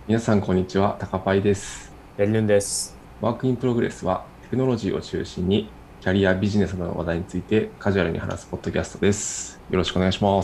皆さん、こんにちは。タカパイです。 エルンです。 ワークインプログレスは、テクノロジーを中心に、キャリア、ビジネスなどの話題についてカジュアルに話すポッドキャストです。よろしくお願いします。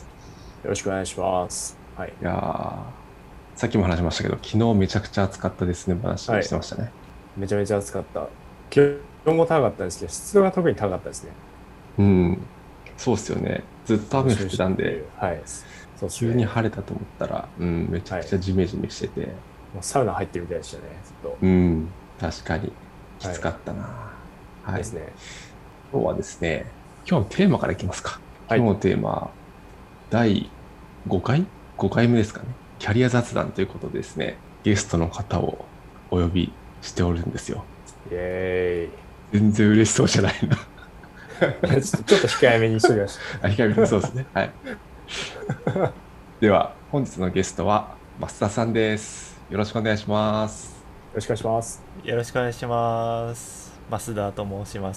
よろしくお願いします。はい。 いやー、さっきも話しましたけど、昨日めちゃくちゃ暑かったですね、話はい。 してましたね。 めちゃめちゃ暑かった。気温も高かったんですけど、湿度が特に高かったですね。 うん、そうっすよね。ずっと雨降ってムシムシたんで、 っていう。はい。そうです急にね。 晴れたと思ったら、めちゃくちゃはい。 ジメジメしてて、 もうサウナ入ってるみたいでしたね、ずっと。 確かにきはい。 つかったな。はい。 ですね。 今日はですね、今日のテーマからいきますか。 はい。 今日のテーマ、第5回 ?5 回目ですかね。キャリア雑談ということでですね、ゲストの方をお呼びしておるんですよ。 イエーイ。 全然嬉しそうじゃないな。 ちょっと控えめにしときましあ、控えめにそうですね。はい。 た。 では、本日のゲストは、増田さんです。よろしくお願いします。 よろしくお願いします。 よろしくお願いします。増田と申します。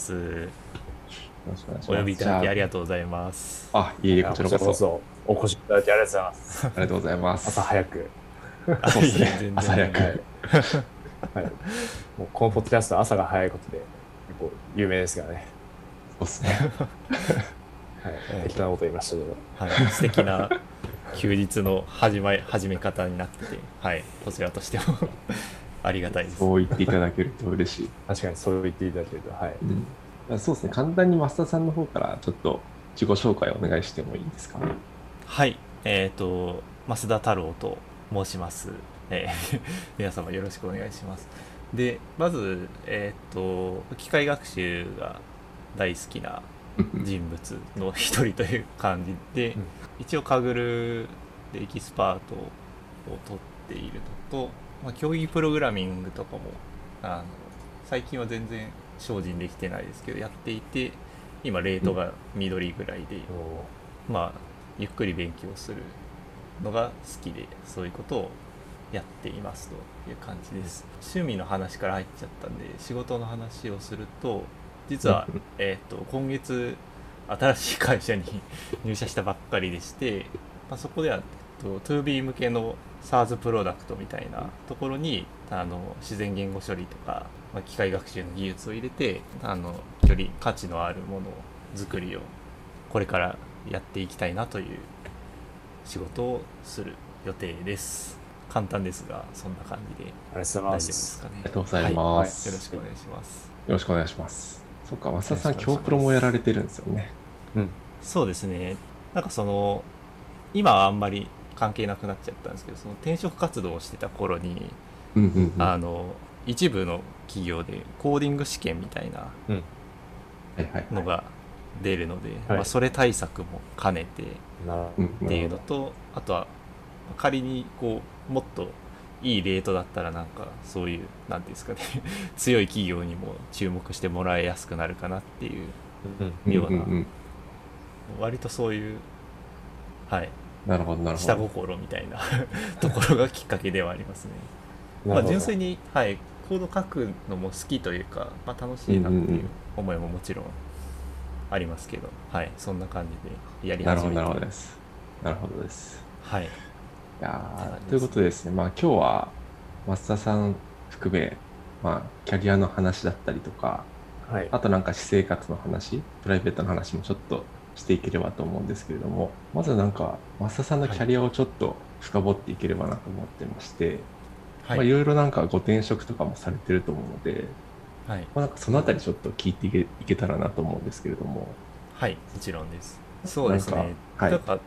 よろしくお願いしお呼ます。 びいただきありじゃがとうございます。 あ、いえいえ、こいや、こちらちらこそ、 こそお越しいただきありがとうございます。 ありがとうございま朝す。 早く。 そうですね。 いえ、全朝然全然。 早く。 はい。はい。もうこのポッドキャストは朝が早いことで結構有名ですからね。 そうですね。 はい。 も適当なこと言いましたけど。 はい、素敵な休日の始め方になってて、はい、こちらとしてもありがたいです。 そう言っていただけると嬉しい。 確かにそう言っていただけると、はい。 そうですね。簡単に増田さんの方からちょっと自己紹介をお願いしてもいいですか？ はい、増田太郎と申します。皆様よろしくお願いします。で、まず、機械学習が大好きなうんうん人物の一人という感じで、 うん。 一応カグルでエキスパートを取っているのと、競技プログラミングとかもあの最近は全然精進できてないですけどやっていて、今レーうんトが緑ぐらいで、 おゆっくり勉強するのが好きで、そういうことをやっていますという感じです。趣味の話から入っちゃったんで仕事の話をすると、実は、 うん今月新しい会社に入社したばっかりでして、そこでは、2B 向けの SaaS プロダクトみたいなところに自然言語処理とか、機械学習の技術を入れてより価値のあるものづくりをこれからやっていきたいなという仕事をする予定です。簡単ですがそんな感じでありがとうございま大丈夫ですす。 かね。 ありがとうございはい、よまはい。 ろしくおす。 願いします。 よろしくお願いします。そっか、増田さん、 よろしくお願いし今日プロもやられます。 てるんですよね。 うん。 そうですね。今はあんまり関係なくなっちゃったんですけど、その転職活動をしてた頃にうんうんあの一部の企業でコーディング試験みたいなうん。 はいはいはい。 のが出るので、 はい。 それ対策も兼ねてっなていうるほど。 のと、あとは仮にもっといいレートだったらそういうなんていうんですかね強い企業にも注目してもらいやすくなるかなっていううん。 うんうんような、 うん。 割とそういう、はい、 なるほど、なるほ下ど。 心みたいなところがきっかけではありますね。 なるほど。 純粋に、はい、コード書くのも好きというか、楽うんしいなっていううんうん。 思いももちろんありますけど、はい、そんな感じでやりなるほど、なる始めて、 ほどです。なるほどです。 はい、っいやて感じというこですね。 とでですね、まあ今日は増田さん含め、まあキャリアの話だったりとか、 はい。 あとなんか私生活の話、プライベートの話もちょっとしていければと思うんですけれども、まずなんか、増田さんのはい、 キャリアをちょっと深掘っていければなと思ってまして、 はい、 まあいろいろなんかご転職とかもされてると思うので、 はい、 まあなんかそのあたりちょっと聞いていけたらなと思うんですけれども、 はい、もちろんです。そうなんか、 ですね。 はい。 だから、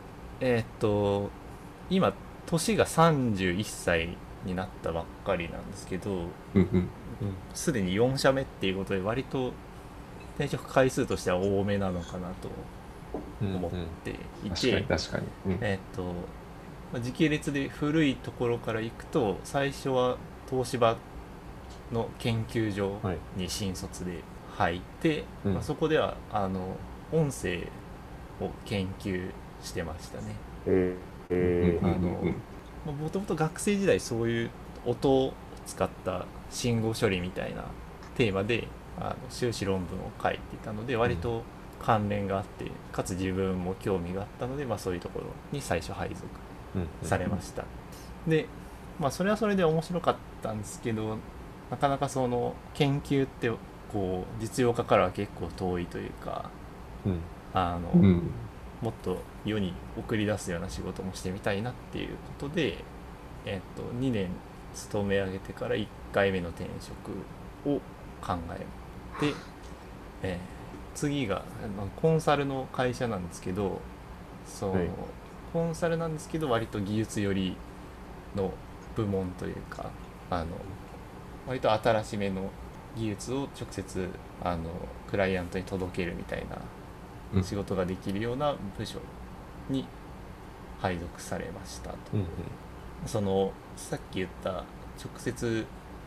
今、年が31歳になったばっかりなんですけど、 うんうん。 すでに4社目っていうことで、割と転職回数としては多めなのかなとうん。うん。 思ってい確かにて、 確かに。うん。 時系列で古いところからいくと、最初は東芝の研究所はい。 に新卒で入って、 うん。 そこでは音声を研究してましたね。 えー、 うんうんうんうんうん。 もともと学生時代そういう音を使った信号処理みたいなテーマで修士論文を書いていたので、 うん。 割と関連があって、かつ自分も興味があったので、そういうところに最初配属うん。うん。 されました。で、 まあそれはそれで面白かったんですけど、なかなかその研究ってこう実用化からは結構遠いというか、 うんうんもっと世に送り出すような仕事もしてみたいなっていうことで、2年勤め上げてから1回目の転職を考えて、次がコンサルの会社なんですけど、 はいコンサルなんですけど割と技術寄りの部門というか、割と新しめの技術を直接クライアントに届けるみたいな仕事ができるような部署に配属されましたと。 うんそのさっき言った直接、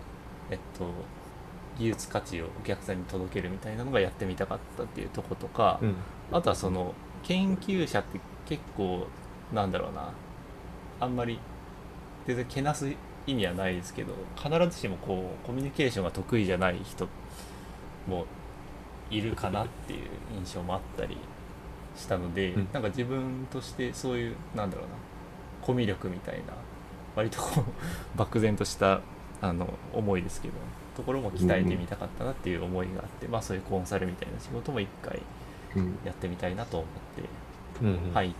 技術価値をお客さんに届けるみたいなのがやってみたかったっていうとことか、 うんあとはその研究者って結構なんだろうな、あんまり全然けなす意味はないですけど、必ずしもこうコミュニケーションが得意じゃない人もいるかなっていう印象もあったりしたので、 うんなんか自分としてそういうなんだろうな、コミュ力みたいな割とこう漠然とした思いですけどところも鍛えてみたかったなっていう思いがあって、まあそういうコンサルみたいな仕事も一回やってみたいなと思ってうん入って、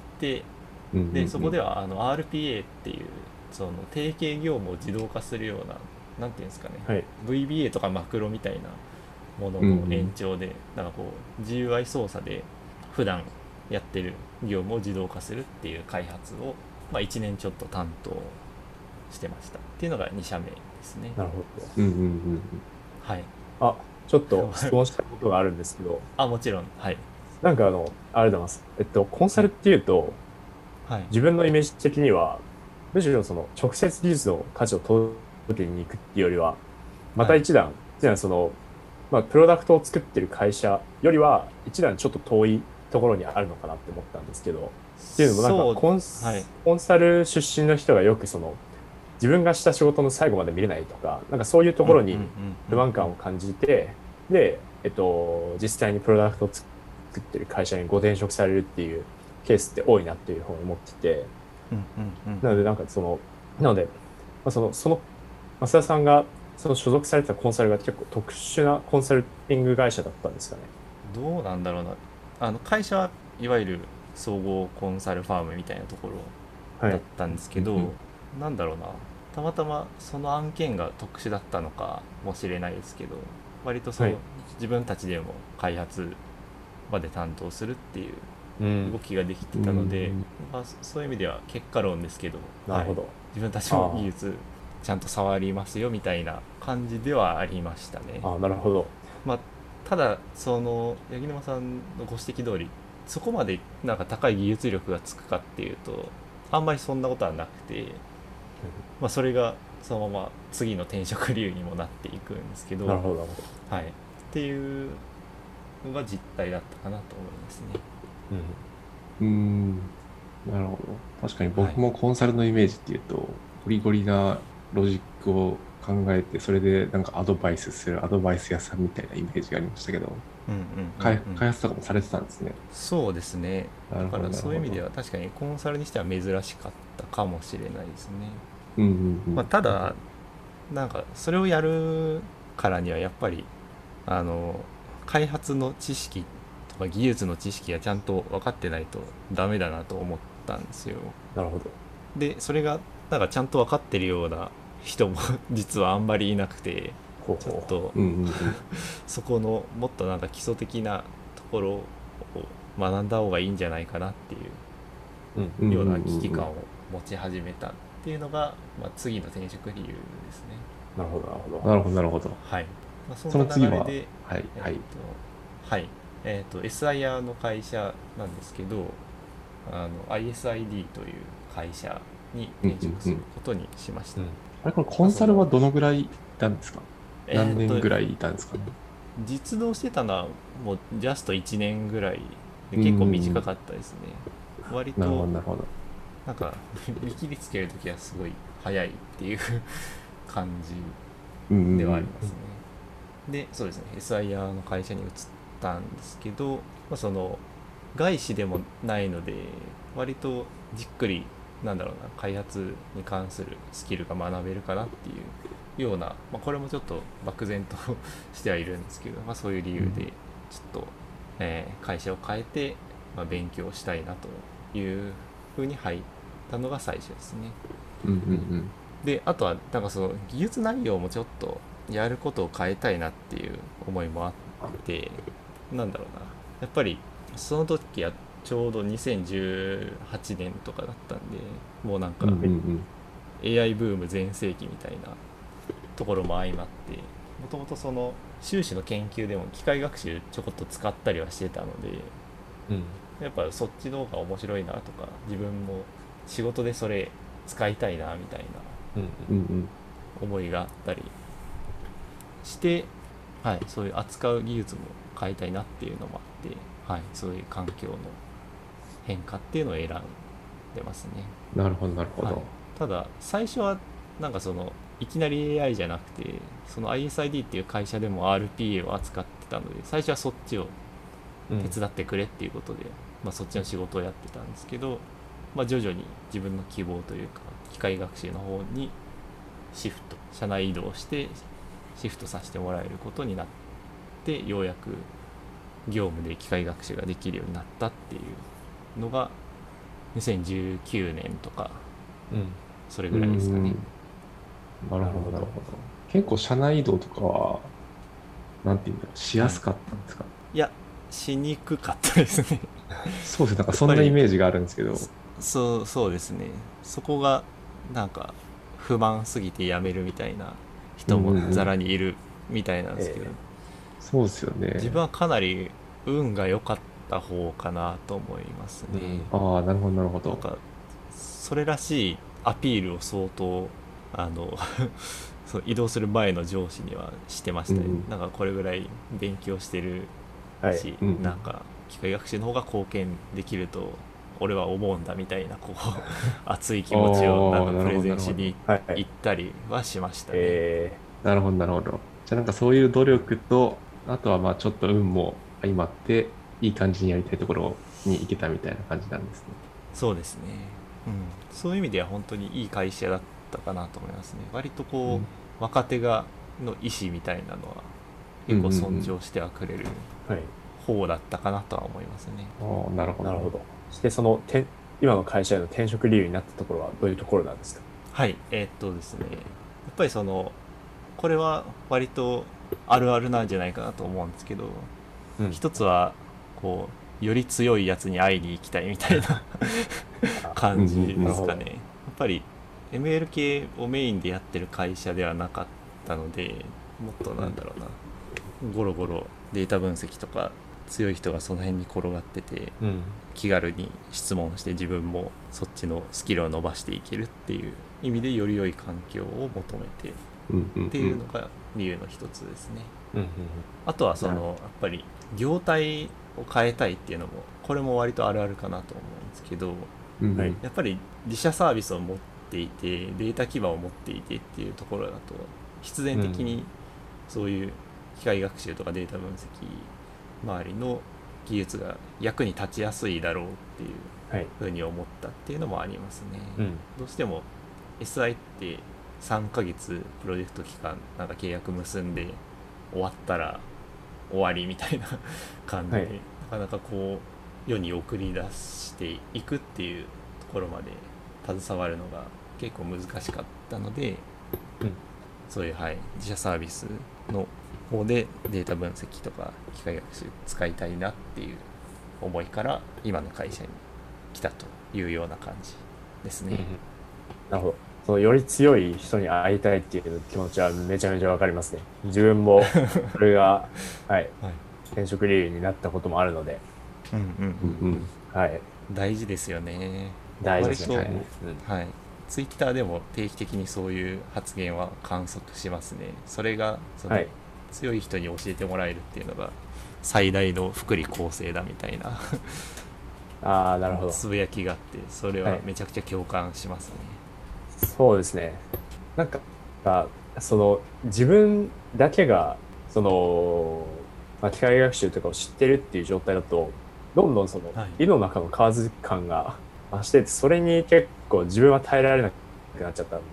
うんでそこではRPA っていうその定型業務を自動化するような、なんていうんですかね、 はい VBA とかマクロみたいなものの延長で、なんかこう GUI 操作で普段やってる業務を自動化するっていう開発を、まあ、1年ちょっと担当してましたっていうのが2社目ですね。 なるほど。 うんうんうんはい。 あ、ちょっと質問したいことがあるんですけど、 あ、もちろん。はい。 なんかありがとうございます。コンサルっていうと、 はい。 自分のイメージ的には、むしろその直接技術の価値を届けに行くっていうよりは、また一段その、まあ、プロダクトを作ってる会社よりは、一段ちょっと遠いところにあるのかなって思ったんですけど、っていうのもなんかはいコンサル出身の人がよくその、自分がした仕事の最後まで見れないとか、なんかそういうところに不満感を感じて、で、実際にプロダクトを作ってる会社にご転職されるっていうケースって多いなっていうふうに思ってて、なのでなんかなので、まあ、その増田さんがその所属されてたコンサルが結構特殊なコンサルティング会社だったんですかね。 どうなんだろうな、会社はいわゆる総合コンサルファームみたいなところだったんですけど、なんだろうな、たまたまその案件が特殊だったのかもしれないですけど、割とその、自分たちでも開発まで担当するっていう動きができてたので、まあ、そういう意味では結果論ですけど、 なるほど、 自分たちも技術ちゃんと触りますよみたいな感じではありましたね。 なるほど。 まあ、ただその八木沼さんのご指摘通り、そこまでなんか高い技術力がつくかっていうとあんまりそんなことはなくて、まあ、それがそのまま次の転職理由にもなっていくんですけど、 なるほどなるほど。 はい、っていうのが実態だったかなと思いますね。 なるほど。確かに僕もコンサルのイメージっていうと、ゴリゴリなロジックを考えて、それでなんかアドバイスするアドバイス屋さんみたいなイメージがありましたけど、開発とかもされてたんですね。 そうですね。だからそういう意味では確かにコンサルにしては珍しかったかもしれないですね。まあ、ただなんかそれをやるからにはやっぱり開発の知識とか技術の知識がちゃんと分かってないとダメだなと思ったんですよ。 なるほど。 でそれがなんかちゃんと分かってるような人も実はあんまりいなくて、ちょっとそこのもっとなんか基礎的なところを学んだ方がいいんじゃないかなっていうような危機感を持ち始めたっていうのが、まあ、次の転職理由ですね。 なるほどなるほどなるほどなるほど。 はい。まあ、 その次は SIR の会社なんですけど、ISID という会社に転職することにしました。 あれこれコンサルはどのぐらいいたんですか？何年ぐらいいたんですかね？ 実動してたのはもうジャスト1年ぐらいで結構短かったですね。割となんか見切りつけるときはすごい早いっていう感じではありますね。で、そうですね、SIR の会社に移ったんですけど、まあ、その外資でもないので割とじっくりなんだろうな、開発に関するスキルが学べるかなっていうような、これもちょっと漠然としてはいるんですけど、そういう理由でちょっと、会社を変えて、勉強したいなというふうに入ったのが最初ですね。で、あとはなんかその技術内容もちょっとやることを変えたいなっていう思いもあって、なんだろうな、やっぱりその時はちょうど2018年とかだったんで、もうなんか AI ブーム全盛期みたいなところも相まって、もともとその修士の研究でも機械学習ちょこっと使ったりはしてたので、やっぱそっちの方が面白いなとか、自分も仕事でそれ使いたいなみたいな思いがあったりして、そういう扱う技術も変えたいなっていうのもあって、そういう環境の変化っていうのを選んでますね。 なるほどなるほど。 ただ最初はなんかそのいきなり AI じゃなくて、その ISID っていう会社でも RPA を扱ってたので、最初はそっちを手伝ってくれっていうことで、そっちの仕事をやってたんですけど、徐々に自分の希望というか機械学習の方にシフト、社内移動してシフトさせてもらえることになって、ようやく業務で機械学習ができるようになったっていうのが2019年とか、それぐらいですかね。 なるほどなるほど。結構社内移動とかはなんていうんだろう、しやすかったんですか？ いや、しにくかったですね。 そうですね、なんかそんなイメージがあるんですけど。 そうですね。そこがなんか不満すぎて辞めるみたいな人もざらにいるみたいなんですけど、 そうですよね。 自分はかなり運が良かった方かなと思いますね。 ああ、なるほどなるほど。 なんかそれらしいアピールを相当そう移動する前の上司にはしてましたね。なんかこれぐらい勉強してるし、なんか機械学習の方が貢献できると俺は思うんだみたいな、こう熱い気持ちをなんかプレゼンしに行ったりはしましたね。 なるほどなるほど。じゃあなんかそういう努力と、あとはちょっと運も相まっていい感じにやりたいところに行けたみたいな感じなんですね。 そうですね。そういう意味では本当にいい会社だったかなと思いますね。割とこう、若手の意思みたいなのは結構尊重してはくれる方だったかなとは思いますね。 なるほどなるほど。そしてその今の会社への転職理由になったところはどういうところなんですか？ ですね、やっぱりこれは割とあるあるなんじゃないかなと思うんですけど、一つはこうより強いやつに会いに行きたいみたいな感じですかね。やっぱり ML 系をメインでやってる会社ではなかったので、もっとなんだろうな、ゴロゴロデータ分析とか強い人がその辺に転がってて、気軽に質問して自分もそっちのスキルを伸ばしていけるっていう意味でより良い環境を求めてっていうのが理由の一つですね。あとはやっぱり業態を変えたいっていうのも、これも割とあるあるかなと思うんですけど、やっぱり自社サービスを持っていてデータ基盤を持っていてっていうところだと、必然的にそういう機械学習とかデータ分析周りの技術が役に立ちやすいだろうっていうふうに思ったっていうのもありますね。どうしても SI って3ヶ月プロジェクト期間なんか契約結んで終わったら終わりみたいな感じで、なかなかこう世に送り出していくっていうところまで携わるのが結構難しかったので、そういう自社サービスの方でデータ分析とか機械学習使いたいなっていう思いから今の会社に来たというような感じですね。 なるほど。そのより強い人に会いたいっていう気持ちはめちゃめちゃわかりますね。自分もそれが転職理由になったこともあるので、 大事ですよね。 大事ですね。 ツイッターでも定期的にそういう発言は観測しますね。それが強い人に教えてもらえるっていうのが最大の福利厚生だみたいななるほど。 つぶやきがあって、それはめちゃくちゃ共感しますね。 そうですね。なんか自分だけが機械学習とかを知ってるっていう状態だと、どんどん井の中の蛙感が増してて、それに結構自分は耐えられなくなっちゃったんです。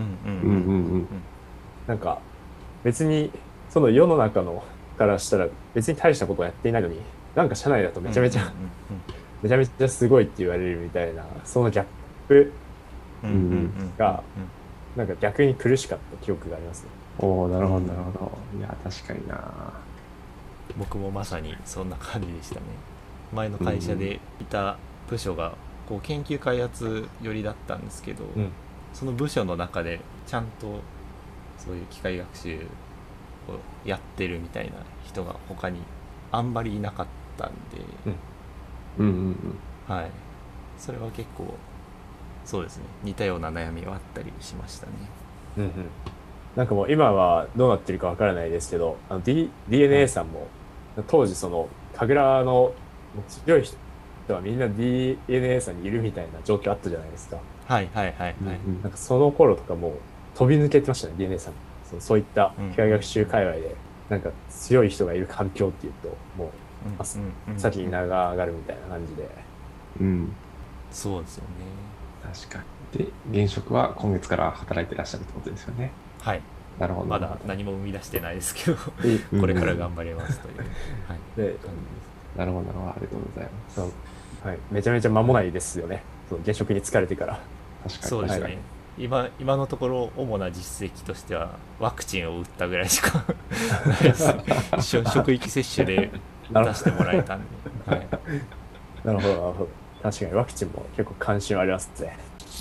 なんか別にその世の中のからしたら別に大したことをやっていないのに、なんか社内だとめちゃめちゃすごいって言われるみたいな、そのギャップがなんか逆に苦しかった記憶がありますね。 おお、なるほどなるほど。いや確かにな。 僕もまさにそんな感じでしたね。前の会社でいた部署がこう研究開発寄りだったんですけど、その部署の中でちゃんとそういう機械学習をやってるみたいな人が他にあんまりいなかったんで、はい、それは結構そうですね、似たような悩みはあったりしましたね。 なんかもう今はどうなってるかわからないですけど、DNA さんも、当時その神楽の強い人はみんな DNA さんにいるみたいな状況あったじゃないですか。 なんかその頃とかもう飛び抜けてましたね、 DNA さん。そういった機械学習界隈でなんか強い人がいる環境っていうともう先に名が上がるみたいな感じで、 そうですよね。 確かに。で現職は今月から働いてらっしゃるってことですよね。 はい。 なるほど。 まだ何も生み出してないですけどこれから頑張りますという、 でなるほどなるほど、ありがとうございます。 めちゃめちゃ間もないですよね、その現職に疲れてから。 確かにそうですね。今のところ主な実績としてはワクチンを打ったぐらいしかないです。職域接種で打たせてもらえたんで、 なるほどなるほど。確かにワクチンも結構関心ありますね。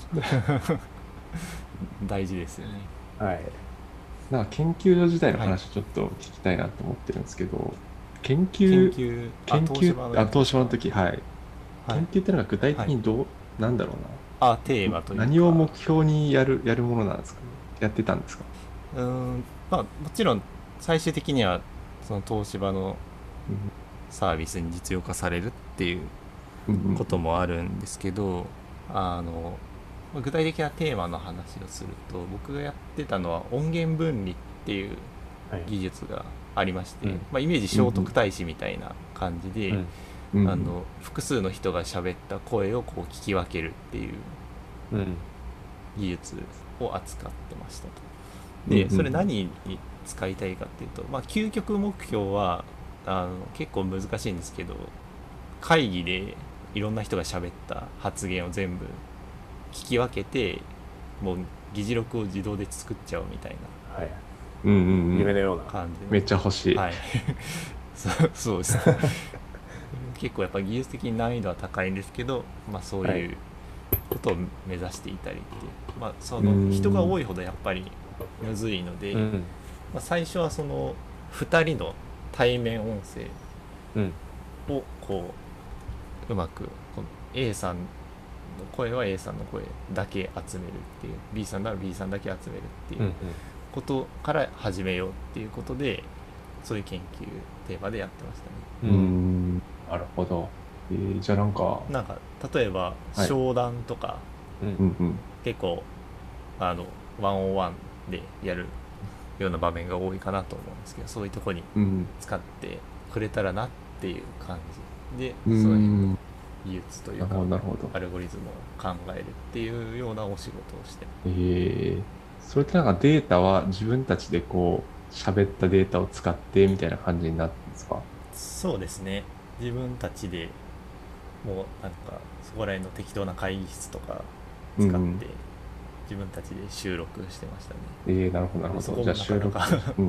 大事ですよね。 なんか研究所自体の話ちょっと聞きたいなと思ってるんですけど、研究東芝の時、研究ってのが具体的になんだろうな、 テーマというか何を目標にやるものなんですかね。やってたんですか。 もちろん最終的にはその東芝のサービスに実用化されるっていうこともあるんですけど、具体的なテーマの話をすると、僕がやってたのは音源分離っていう技術がありまして、イメージ聖徳太子みたいな感じで、複数の人が喋った声をこう聞き分けるっていう技術を扱ってましたと。でそれ何に使いたいかっていうと、究極目標は結構難しいんですけど、会議でいろんな人が喋った発言を全部聞き分けて、もう議事録を自動で作っちゃうみたいな、 夢のような感じ。めっちゃ欲しい。 そうです結構やっぱ技術的に難易度は高いんですけど、そういうことを目指していたりっていう、その人が多いほどやっぱりむずいので、最初はその2人の対面音声をこううまくこの A さんの声は A さんの声だけ集めるっていう、 B さんなら B さんだけ集めるっていうことから始めようっていうことで、そういう研究テーマでやってましたね。 なるほど。じゃあなんか例えば商談とか、結構1on1でやるような場面が多いかなと思うんですけど、そういうところに使ってくれたらなっていう感じで、そういう技術というかアルゴリズムを考えるっていうようなお仕事をして、 それってなんかデータは自分たちでこう喋ったデータを使ってみたいな感じになってるんですか。 そうですね、自分たちでもうなんかそこら辺の適当な会議室とか使って、自分たちで収録してましたね。 なるほどなるほど。じゃあ収録な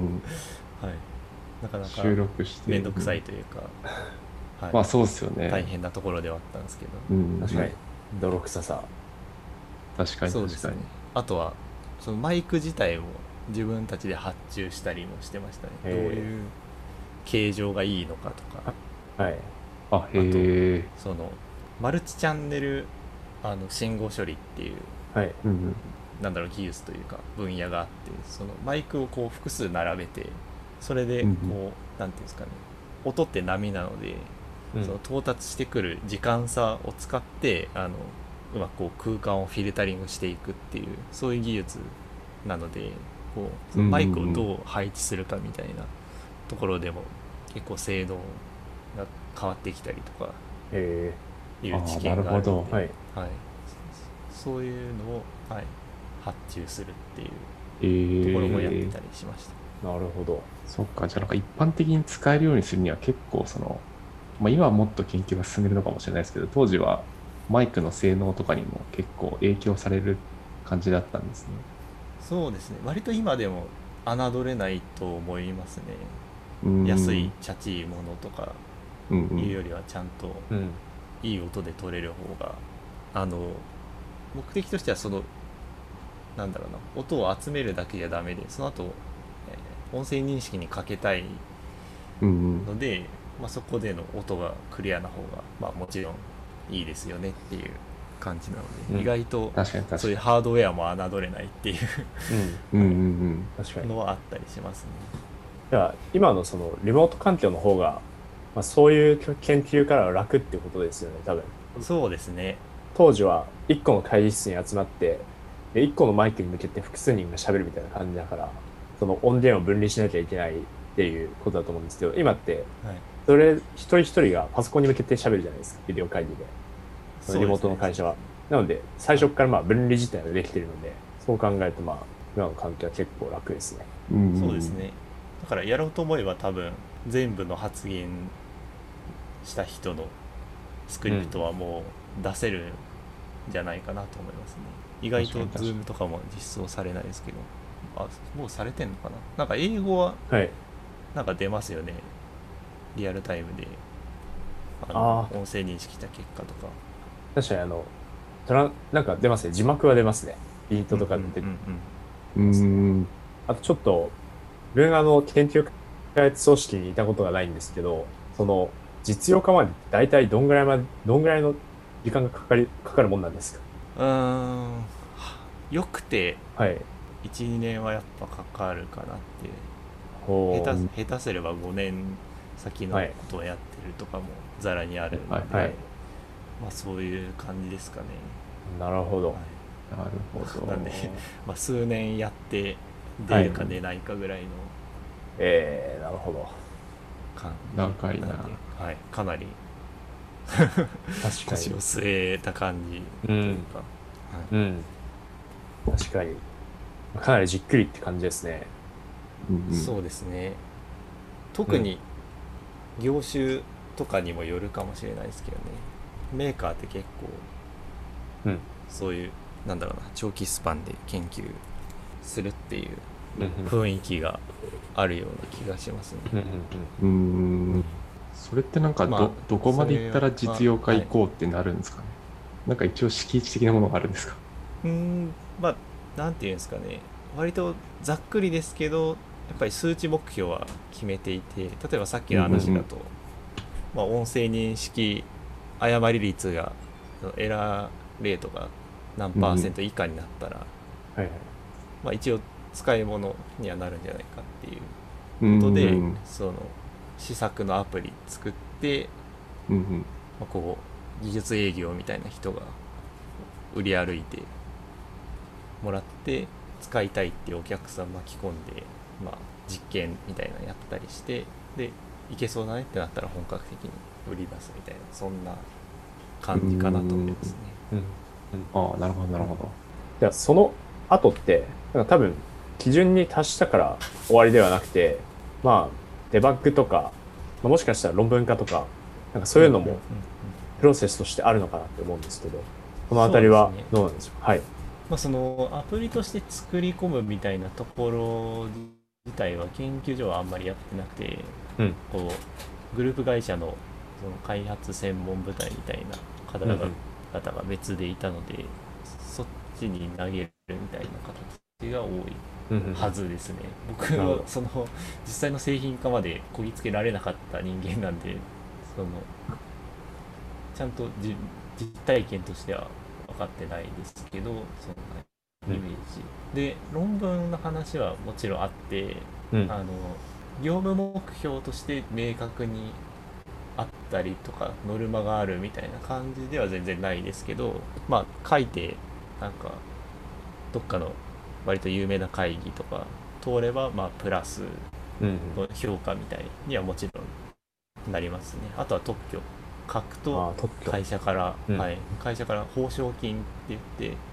かなか収録してめんどくさいというか、そうですよね。 大変なところではあったんですけど、 確かに泥臭さ。 確かにそうですね。あとはそのマイク自体も自分たちで発注したりもしてましたね。どういう形状がいいのかとか、あとそのマルチチャンネル信号処理っていう、技術というか分野があって、そのマイクをこう複数並べて、それでこう、なんていうんですかね、音って波なので、その到達してくる時間差を使ってうまくこう空間をフィルタリングしていくっていう、そういう技術なので、こうそのマイクをどう配置するかみたいなところでも結構性能が変わってきたりとかいう知見があるので、 はい、 そういうのを、発注するっていうところもやってたりしました。 なるほど。 そっか、じゃあなんか一般的に使えるようにするには結構その、今はもっと研究が進んでるのかもしれないですけど、当時はマイクの性能とかにも結構影響される感じだったんですね。 そうですね。割と今でも侮れないと思いますね。安いチャチいものとかいうよりはちゃんといい音で撮れる方が、目的としてはそのなんだろうな、音を集めるだけじゃダメで、その後、音声認識にかけたいので、そこでの音がクリアな方が、もちろんいいですよねっていう感じなので、意外とそういうハードウェアも侮れないっていうのはあったりしますね。 じゃあ今のそのリモート環境の方が、そういう研究からは楽っていうことですよね、多分。 そうですね。 当時は1個の会議室に集まって1個のマイクに向けて複数人が喋るみたいな感じだから、その音源を分離しなきゃいけないっていうことだと思うんですけど、今ってそれ一人一人がパソコンに向けて喋るじゃないですか、ビデオ会議で。リモートの会社は。なので最初から分離自体ができているので、そう考えると今の環境は結構楽ですね。 そうですね。だからやろうと思えば多分全部の発言した人のスクリプトはもう出せるんじゃないかなと思いますね。意外と Zoom とかも実装されないですけど、もうされてんのかな。なんか英語はなんか出ますよね、リアルタイムで音声認識した結果とか。 確かになんか出ますね、字幕は出ますね、ビートとか出てくる。あとちょっと自分が研究開発組織にいたことがないんですけど、その実用化まで大体どんぐらいの時間がかかるもんなんですか？ よくて 1,2 年はやっぱかかるかなって。下手すれば5年先のことをやってるとかもざらにあるので、そういう感じですかね。 なるほど、 なるほど。 なんで、数年やって出るか出ないかぐらいの、 なるほど。 長いな。 かなり腰を据えた感じというか、 確かにかなりじっくりって感じですね。 そうですね。特に業種とかにもよるかもしれないですけどね。メーカーって結構、そういう長期スパンで研究するっていう雰囲気があるような気がしますね。 それってなんかどこまでいったら実用化行こうってなるんですかね。なんか一応敷地的なものがあるんですか？ なんていうんですかね。割とざっくりですけど、やっぱり数値目標は決めていて、例えばさっきの話だと、音声認識誤り率がエラーレートが何%以下になったら、一応使い物にはなるんじゃないかっていうことで、その試作のアプリ作って、こう技術営業みたいな人が売り歩いてもらって使いたいっていうお客さん巻き込んで、実験みたいなのやったりして、でいけそうだねってなったら本格的に売り出すみたいな、そんな感じかなと思いますね。 なるほどなるほど。 じゃあその後ってなんか多分基準に達したから終わりではなくて、デバッグとか、もしかしたら論文化とか、なんかそういうのもプロセスとしてあるのかなって思うんですけど、このあたりはどうなんでしょうか？ そのアプリとして作り込むみたいなところ自体は研究所はあんまりやってなくて、こうグループ会社のその開発専門部隊みたいな方々が別でいたので、そっちに投げるみたいな形が多いはずですね。僕はその実際の製品化までこぎつけられなかった人間なんで、そのちゃんと実体験としては分かってないですけど、そんなイメージ、で論文の話はもちろんあって、業務目標として明確にあったりとかノルマがあるみたいな感じでは全然ないですけど、書いてなんかどっかの割と有名な会議とか通ればプラスの評価みたいにはもちろんなりますね。あとは特許書くと会社から、はい、会社から報奨金って言って、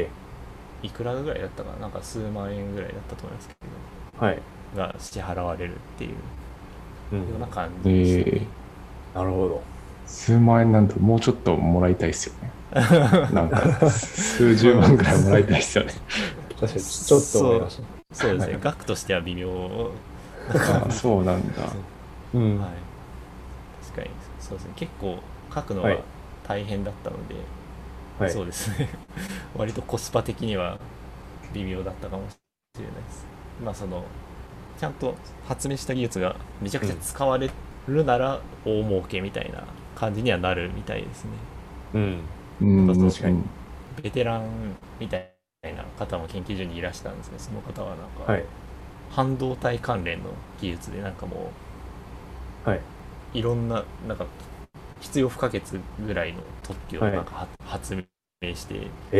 いくらぐらいだったかな、なんか数万円ぐらいだったと思いますけど、はい、が支払われるっていうような感じでしたね。 なるほど。 数万円なんともうちょっともらいたいですよね。なんか数十万ぐらいもらいたいですよね。 確かにちょっと思いました。 そうですね。額としては微妙。 あ、そうなんだ。 うん。はい。確かにそうですね。結構書くのは大変だったので、はい、そうですね。割とコスパ的には微妙だったかもしれないです。まあそのちゃんと発明した技術がめちゃくちゃ使われるなら大儲けみたいな感じにはなるみたいですね。 うん。 確かにベテランみたいな方も研究所にいらしたんですけど、その方はなんか、はい、半導体関連の技術でなんかもう、はい、いろんななんか必要不可欠ぐらいの特許をなんか、はい、発明して、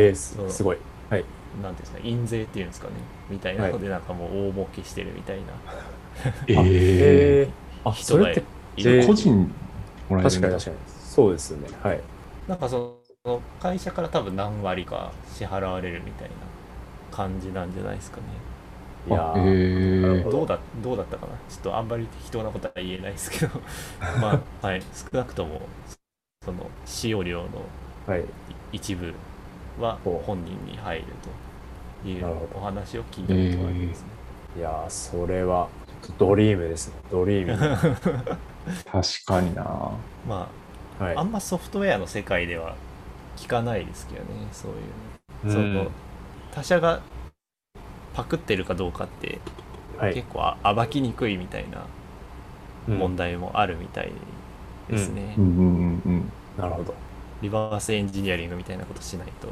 すごい、はい、 なんていうんですか、印税っていうんですかねみたいなので、なんかもう大儲けしてるみたいな、 それって個人もらえるんだ。 確かにそうですよね。はい。 なんかその会社から多分何割か支払われるみたいな感じなんじゃないですかね。 いやどうだったかな、ちょっとあんまり適当なことは言えないですけどまあ、はい、少なくともその使用料の一部は本人に入るというお話を聞いたことがありますね。 いやそれはドリームですね。ドリーム確かにな。 まあ、はい、あんまソフトウェアの世界では聞かないですけどね、そういう、その他社がパクってるかどうかって、はい、結構暴きにくいみたいな問題もあるみたいですね。 なるほど。 リバースエンジニアリングみたいなことしないと、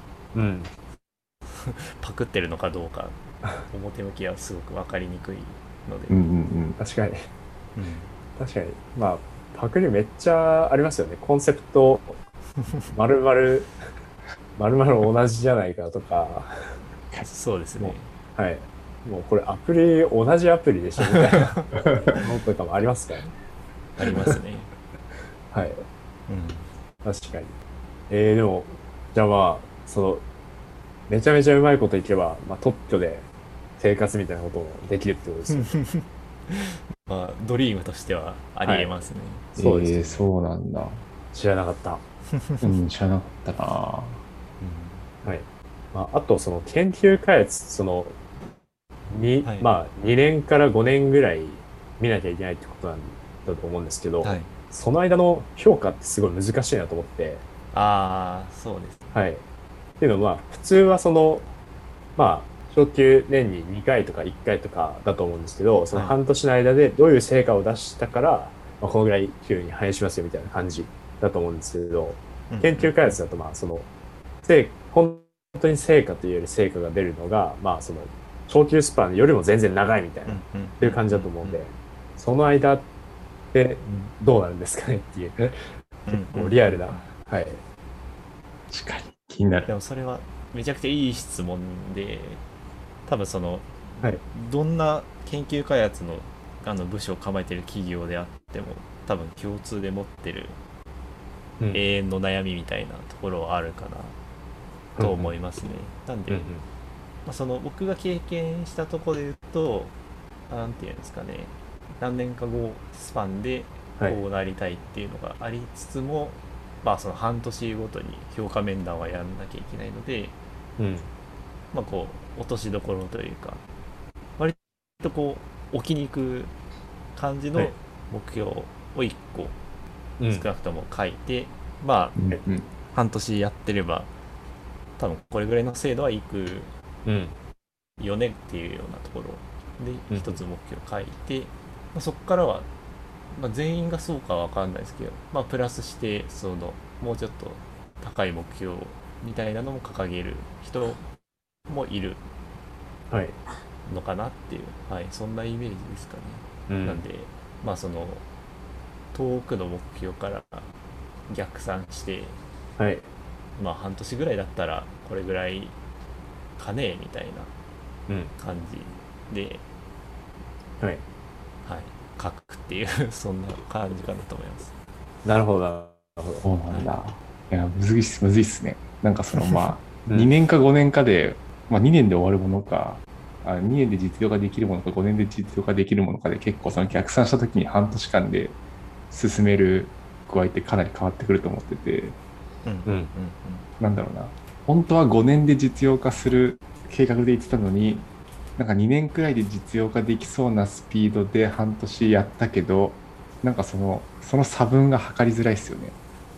パクってるのかどうか表向きはすごく分かりにくいので。 確かに、確かに、まあパクリめっちゃありますよね。コンセプト丸々同じじゃないかとか。 そうですね。 はい。もうこれ同じアプリでしょみたいなのとかもありますからね。 ありますね。 はい。確かに。でもじゃあまあそのめちゃめちゃうまいこといけば、まあ、特許で生活みたいなこともできるってことですよね。 まあドリームとしてはありえますね。 そうですね。そうなんだ。 知らなかった。 知らなかったな。はい。 まあ、あとその研究開発まあ2年から5年ぐらい見なきゃいけないってことなんだと思うんですけど、その間の評価ってすごい難しいなと思って。 そうです。 はい。っていうのは、まあ普通はそのまあ昇給年に2回とか1回とかだと思うんですけど、その半年の間でどういう成果を出したから、まあ、このぐらい給に反映しますよみたいな感じだと思うんですけど、研究開発だとまあその本当に成果というより成果が出るのが、まあその昇給スパンよりも全然長いみたいなっていう感じだと思うんで、その間ってどうなるんですかねっていう結構リアルな、はい。 確かに気になる。 でもそれはめちゃくちゃいい質問で、多分その、どんな研究開発の部署を構えてる企業であっても多分共通で持ってる永遠の悩みみたいなところはあるかなと思いますね。なんで、まあ、その僕が経験したところで言うと、なんていうんですかね、何年か後スパンでこうなりたいっていうのがありつつも、まあその半年ごとに評価面談はやんなきゃいけないので、まあこう落としどころというか、割とこう置きに行く感じの目標を1個少なくとも書いて、まあ半年やってれば多分これぐらいの精度はいくよねっていうようなところで一つ目標を書いて、まあ、そこからは、まあ、全員がそうかは分かんないですけど、まあ、プラスしてそのもうちょっと高い目標みたいなのも掲げる人もいるのかなっていう、そんなイメージですかね。なんでまあその遠くの目標から逆算して、まあ半年ぐらいだったらこれぐらいかねえみたいな感じで、書くっていうそんな感じかなと思います。 なるほど、なるほど。 そうなんだ。いや、むずいっすね。なんかまあ、 うん 2年か5年かで、まあ2年で終わるものか、2年で実用化できるものか、5年で実用化できるものかで、結構その逆算したときに半年間で進める具合ってかなり変わってくると思ってて、なんだろうな。本当は5年で実用化する計画で言ってたのに、なんか2年くらいで実用化できそうなスピードで半年やったけど、なんかその差分が測りづらいですよね。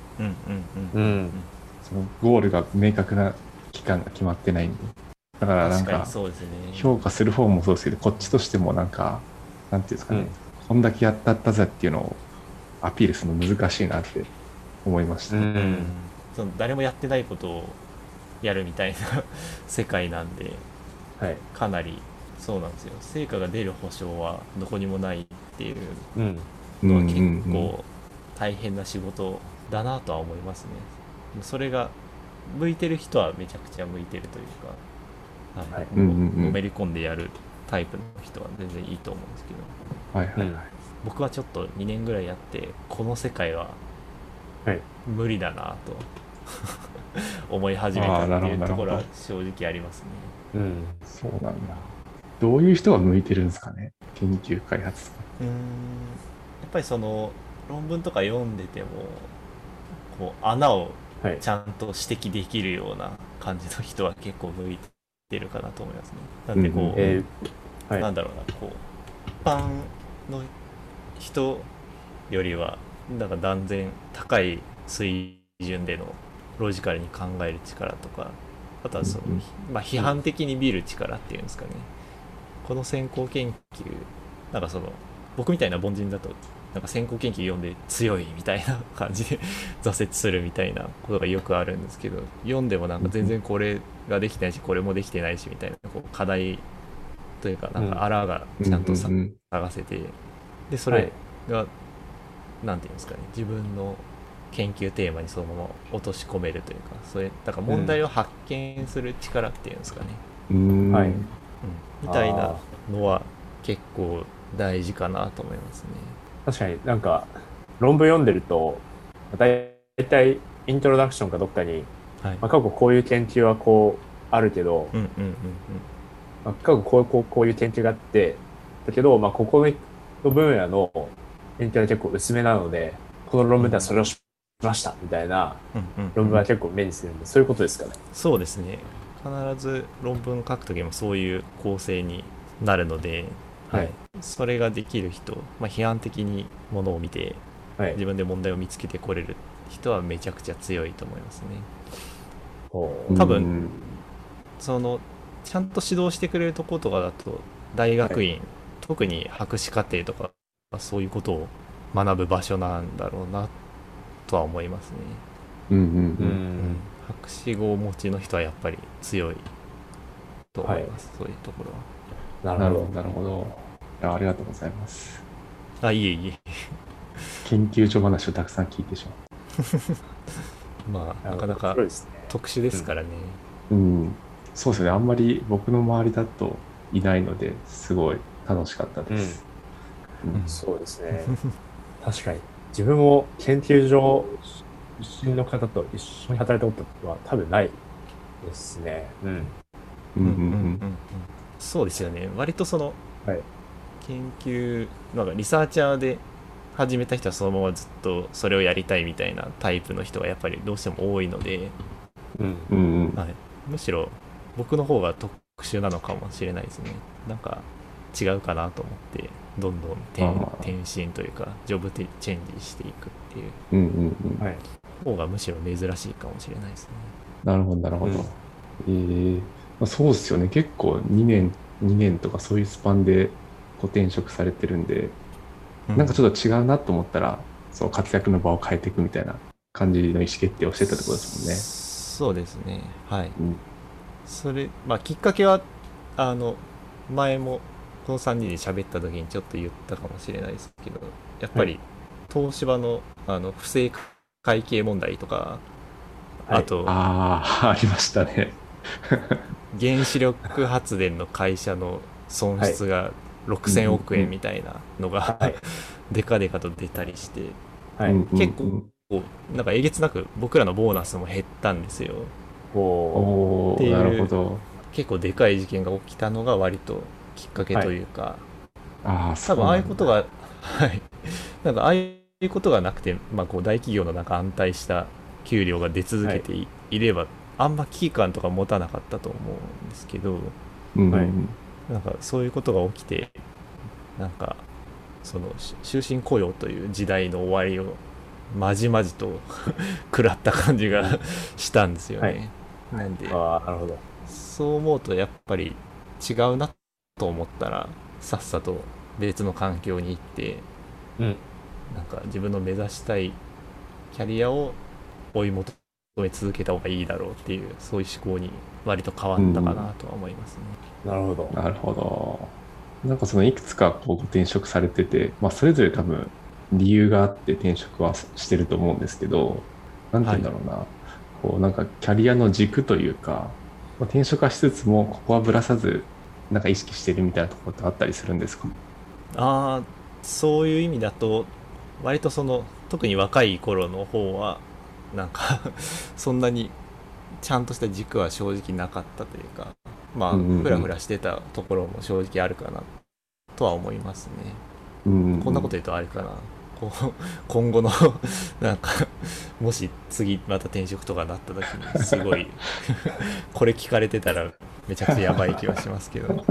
そのゴールが明確な期間が決まってないんで。だからなんか評価する方もそうですけど、こっちとしてもなんか、なんていうんですかね、こんだけやったぜっていうのをアピールするの難しいなって思いました。 その誰もやってないことをやるみたいな世界なんで、かなりそうなんですよ。成果が出る保証はどこにもないっていうのは結構大変な仕事だなとは思いますね。それが向いてる人はめちゃくちゃ向いてるというか、のめり込んでやるタイプの人は全然いいと思うんですけど、僕はちょっと2年ぐらいやってこの世界は無理だなと思い始めたっていうところは正直ありますね。 そうなんだ。どういう人が向いてるんですかね、研究開発とか。 やっぱりその論文とか読んでてもこう穴をちゃんと指摘できるような感じの人は結構向いてるかなと思いますね。なんでこう、なんだろうな、こう一般の人よりはなんか断然高い水準でのロジカルに考える力とか、あとはその、批判的に見る力っていうんですかね。この先行研究、なんかその僕みたいな凡人だとなんか先行研究読んで強いみたいな感じで挫折するみたいなことがよくあるんですけど、読んでもなんか全然これができてないしこれもできてないしみたいなこう課題というかなんかあらがちゃんと探せて、でそれがなんていうんですかね、自分の研究テーマにそのまま落とし込めるというか、それだから問題を発見する力っていうんですかね、みたいなのは結構大事かなと思いますね。 確かになんか論文読んでるとだいたいイントロダクションかどっかに、過去こういう研究はこうあるけど、過去こういう研究があってだけど、ここの分野の研究は結構薄めなのでこの論文ではそれをしましたみたいな論文は結構目にするんで、そういうことですかね。 そうですね。必ず論文書くときもそういう構成になるので、それができる人、批判的にものを見て、自分で問題を見つけてこれる人はめちゃくちゃ強いと思いますね。多分そのちゃんと指導してくれるところとかだと大学院、特に博士課程とかそういうことを学ぶ場所なんだろうなとは思いますね。博士号をお持ちの人はやっぱり強いと思います、そういうところは。なるほど。ありがとうございます。 いえ研究所話をたくさん聞いてしまう。なかなか特殊ですからね。 そうですね。あんまり僕の周りだといないのですごい楽しかったです。 そうですね。確かに自分も研究所出身の方と一緒に働いたことは多分ないですね。 そうですよね。割とその、研究なんかリサーチャーで始めた人はそのままずっとそれをやりたいみたいなタイプの人がやっぱりどうしても多いので、むしろ僕の方が特殊なのかもしれないですね。なんか違うかなと思ってどんどん転身というかジョブチェンジしていくっていう方がむしろ珍しいかもしれないですね。 なるほど。そうですよね。結構2年とかそういうスパンで転職されてるんで、なんかちょっと違うなと思ったらその活躍の場を変えていくみたいな感じの意思決定をしてたってことですもんね。 そうですね。それきっかけは前もこの3人で喋った時にちょっと言ったかもしれないですけど、やっぱり東芝の不正会計問題とか、あとありましたね。 原子力発電の会社の損失が6000億円みたいなのがデカデカと出たりして、 はい、 結構なんかえげつなく僕らのボーナスも減ったんですよ。 おー、なるほど。 結構でかい事件が起きたのが割ときっかけというか、 ああ、 多そう分ああないんだ。 うことが、はい、なんかああいうことがなくて、まあ、こう大企業の中安泰した給料が出続けていれば、あんま危機感とか持たなかったと思うんですけど、 うんはいなんかそういうことが起きて、なんかその終身雇用という時代の終わりをまじまじと食らった感じがしたんですよね。なんで、 ああ、なるほど。 そう思うとやっぱり違うなと思ったらさっさと別の環境に行って、なんか自分の目指したいキャリアを追い求め続けた方がいいだろうっていうそういう思考に割と変わったかなとは思いますね。 なるほど。 なるほど。なんかそのいくつかこうご転職されてて、まあそれぞれ多分理由があって転職はしてると思うんですけど、なんて言うんだろうな。こうなんかキャリアの軸というか、まあ転職はしつつもここはぶらさず、なんか意識してるみたいなところってあったりするんですか？ ああ、そういう意味だと割とその特に若い頃の方はなんかそんなにちゃんとした軸は正直なかったというか、まあフラフラしてたところも正直あるかなとは思いますね。こんなこと言うとあれかな、今後のなんかもし次また転職とかなった時にすごいこれ聞かれてたらめちゃくちゃやばい気はしますけど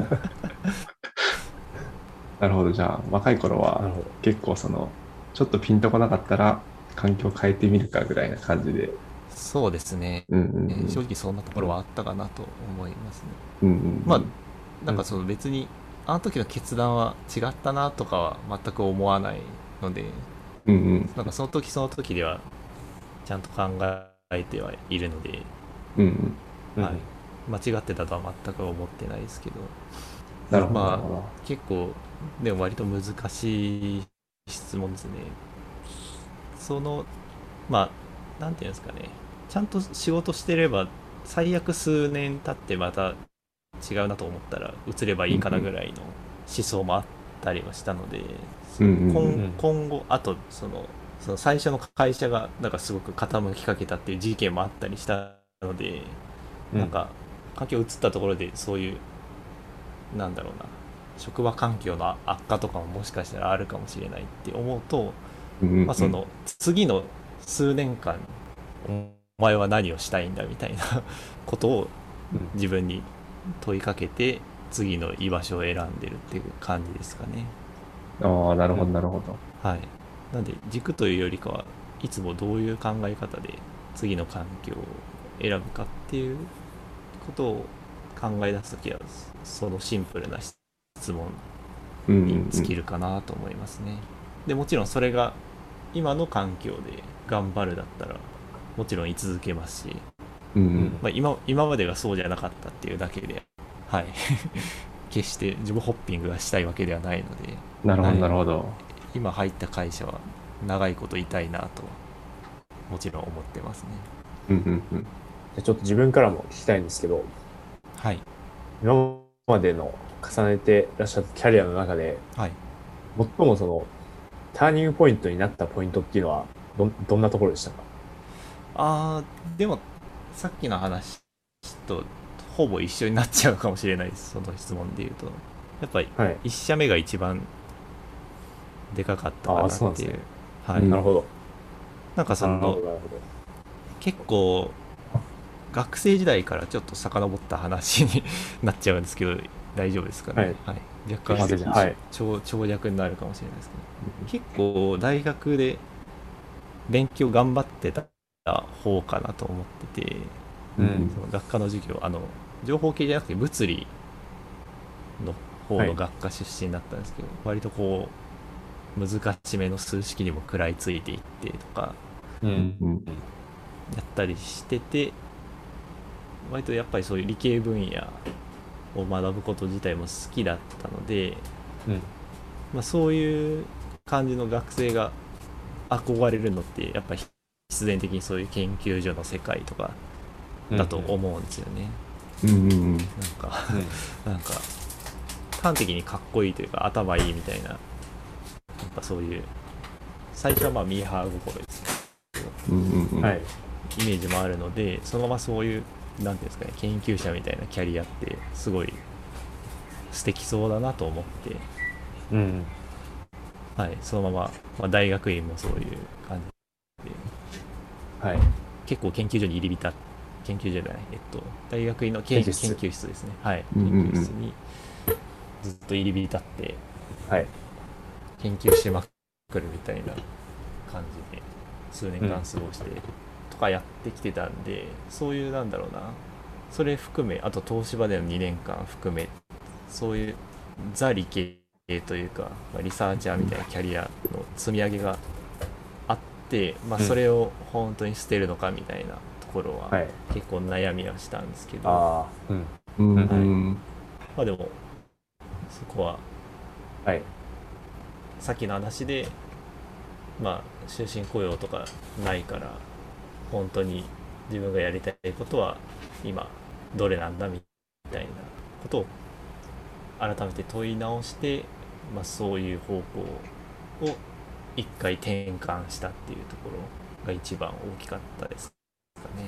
なるほど。じゃあ若い頃は結構そのちょっとピンとこなかったら環境変えてみるかぐらいな感じで。 そうですね、正直そんなところはあったかなと思いますね。まあなんかその別にあの時の決断は違ったなとかは全く思わないので、なんかその時その時ではちゃんと考えてはいるので、はい、間違ってたとは全く思ってないですけど、 なるほど。 まあ結構でも割と難しい質問ですね。そのまあなんていうんですかね、ちゃんと仕事してれば最悪数年経ってまた違うなと思ったら移ればいいかなぐらいの思想もあったりはしたので、今後あとその最初の会社がなんかすごく傾きかけたっていう事件もあったりしたので、なんか環境移ったところでそういうなんだろうな、職場環境の悪化とかももしかしたらあるかもしれないって思うと、まあその次の数年間お前は何をしたいんだみたいなことを自分に問いかけて次の居場所を選んでるっていう感じですかね。 ああ、なるほどなるほど。 はい。なんで軸というよりかはいつもどういう考え方で次の環境を選ぶかっていうことを考え出すときはそのシンプルな質問に尽きるかなと思いますね。でもちろんそれが今の環境で頑張るだったらもちろん居続けますし、まあ、今までがそうじゃなかったっていうだけで、はい決してジョブホッピングがしたいわけではないので。 なるほどなるほど。 今入った会社は長いこといたいなともちろん思ってますね。 ちょっと自分からも聞きたいんですけど、 はい、 今までの重ねていらっしゃったキャリアの中で、 はい、 最もそのターニングポイントになったポイントっていうのはどんなところでしたか？ でもさっきの話とほぼ一緒になっちゃうかもしれないです。その質問で言うとやっぱり1社目が一番でかかったかなっていう。はい、 なるほど。 なんかその結構学生時代からちょっと遡った話になっちゃうんですけど大丈夫ですかね。はい、若干長尺になるかもしれないですけど、結構大学で勉強頑張ってた方かなと思ってて、その学科の授業情報系じゃなくて物理の方の学科出身だったんですけど、割とこう難しめの数式にも食らいついていってとかやったりしてて、割とやっぱりそういう理系分野を学ぶこと自体も好きだったので、まあ、そういう感じの学生が憧れるのってやっぱり必然的にそういう研究所の世界とかだと思うんですよね。なんか端的にかっこいいというか頭いいみたいな、やっぱそういう最初はまあミーハー心ですね、 はい、 イメージもあるので、そのままそういうなんていうんですかね、研究者みたいなキャリアってすごい素敵そうだなと思って、はい、そのまま、まあ、大学院もそういう感じで、はい、結構研究所に入り浸っ研究所じゃない、大学院の研究室ですね、はい、研究室にずっと入り浸って、はい、研究しまくるみたいな感じで数年間過ごしてとかやってきてたんで、そういうなんだろうな、それ含め、あと東芝での2年間含め、そういうザ理系というか、リサーチャーみたいなキャリアの積み上げがあって、まあ、それを本当に捨てるのかみたいなところは結構悩みはしたんですけど、はい、まあでもそこは、はい、さっきの話で、まあ終身雇用とかないから、本当に自分がやりたいことは今どれなんだみたいなことを改めて問い直して、まあ、そういう方向を一回転換したっていうところが一番大きかったですかね。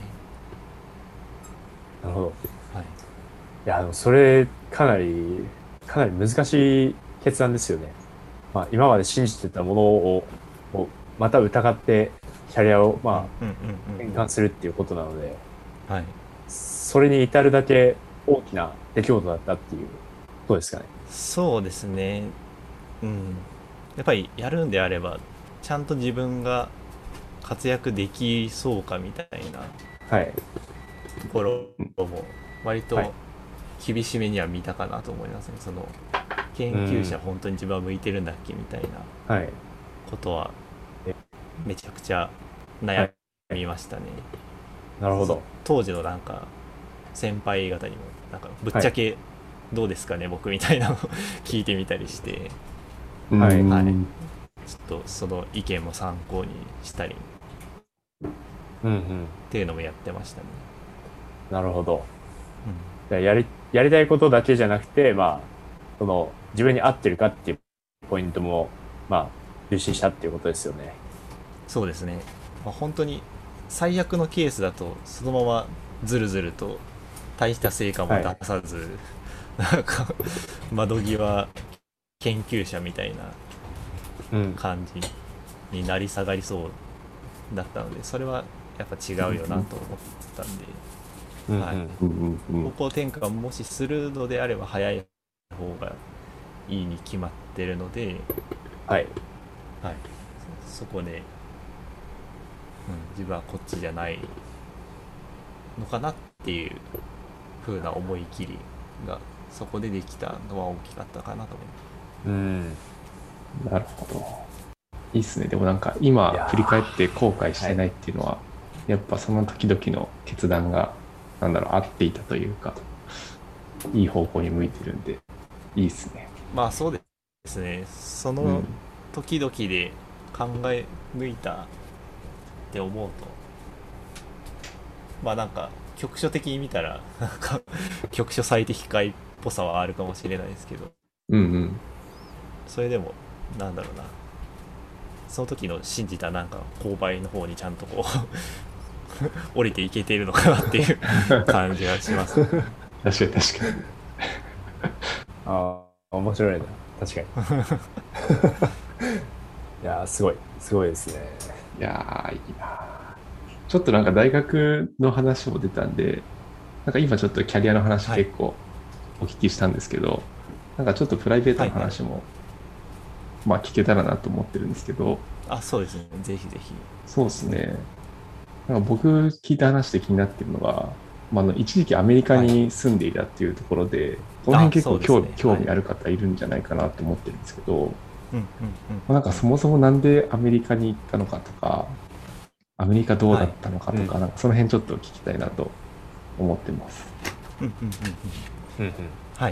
なるほど。はい。いや、でもそれかなり難しい決断ですよね。まあ、今まで信じてたものをまた疑ってキャリアをまあ転換するっていうことなので、はい、それに至るだけ大きな出来事だったっていうことですかね。 そうですね。うん。やっぱりやるんであればちゃんと自分が活躍できそうかみたいなところも割と厳しめには見たかなと思いますね。その研究者本当に自分は向いてるんだっけみたいなことはめちゃくちゃ悩みましたね。 なるほど。 当時のなんか先輩方にもなんかぶっちゃけどうですかね、僕みたいなのを聞いてみたりして、はい、ちょっとその意見も参考にしたり、っていうのもやってましたね。 なるほど。やりたいことだけじゃなくて、まあその自分に合ってるかっていうポイントもまあ重視したっていうことですよね。 そうですね。まあ、本当に最悪のケースだとそのままずるずると大した成果も出さず、なんか窓際研究者みたいな感じになり下がりそうだったので、それはやっぱ違うよなと思ったんで、はい、方向転換もしするのであれば早い方がいいに決まってるので、はい、はい、そこで、自分はこっちじゃないのかなっていう風な思い切りがそこでできたのは大きかったかなと思います。 なるほど。いいっすね。でもなんか今振り返って後悔してないっていうのは、やっぱその時々の決断がなんだろう合っていたというか、いい方向に向いてるんでいいっすね。 まあそうですね。その時々で考え抜いたって思うと、まあなんか局所的に見たらなんか局所最適解っぽさはあるかもしれないですけど、それでもなんだろうな、その時の信じたなんか勾配の方にちゃんとこう降りていけているのかなっていう感じがします、ね、 確かに確かにああ面白いな、確かにいやすごいですね。 いやいいな。ちょっとなんか大学の話も出たんで、なんか今ちょっとキャリアの話結構お聞きしたんですけど、なんかちょっとプライベートの話も、まあ聞けたらなと思ってるんですけど。 そうですね、ぜひぜひ。 そうですね。なんか僕聞いた話で気になってるのが、一時期アメリカに住んでいたっていうところで、この辺結構興味ある方いるんじゃないかなと思ってるんですけど、なんかそもそもなんでアメリカに行ったのかとか、アメリカどうだったのかとか、なんかその辺ちょっと聞きたいなと思ってます。 はい。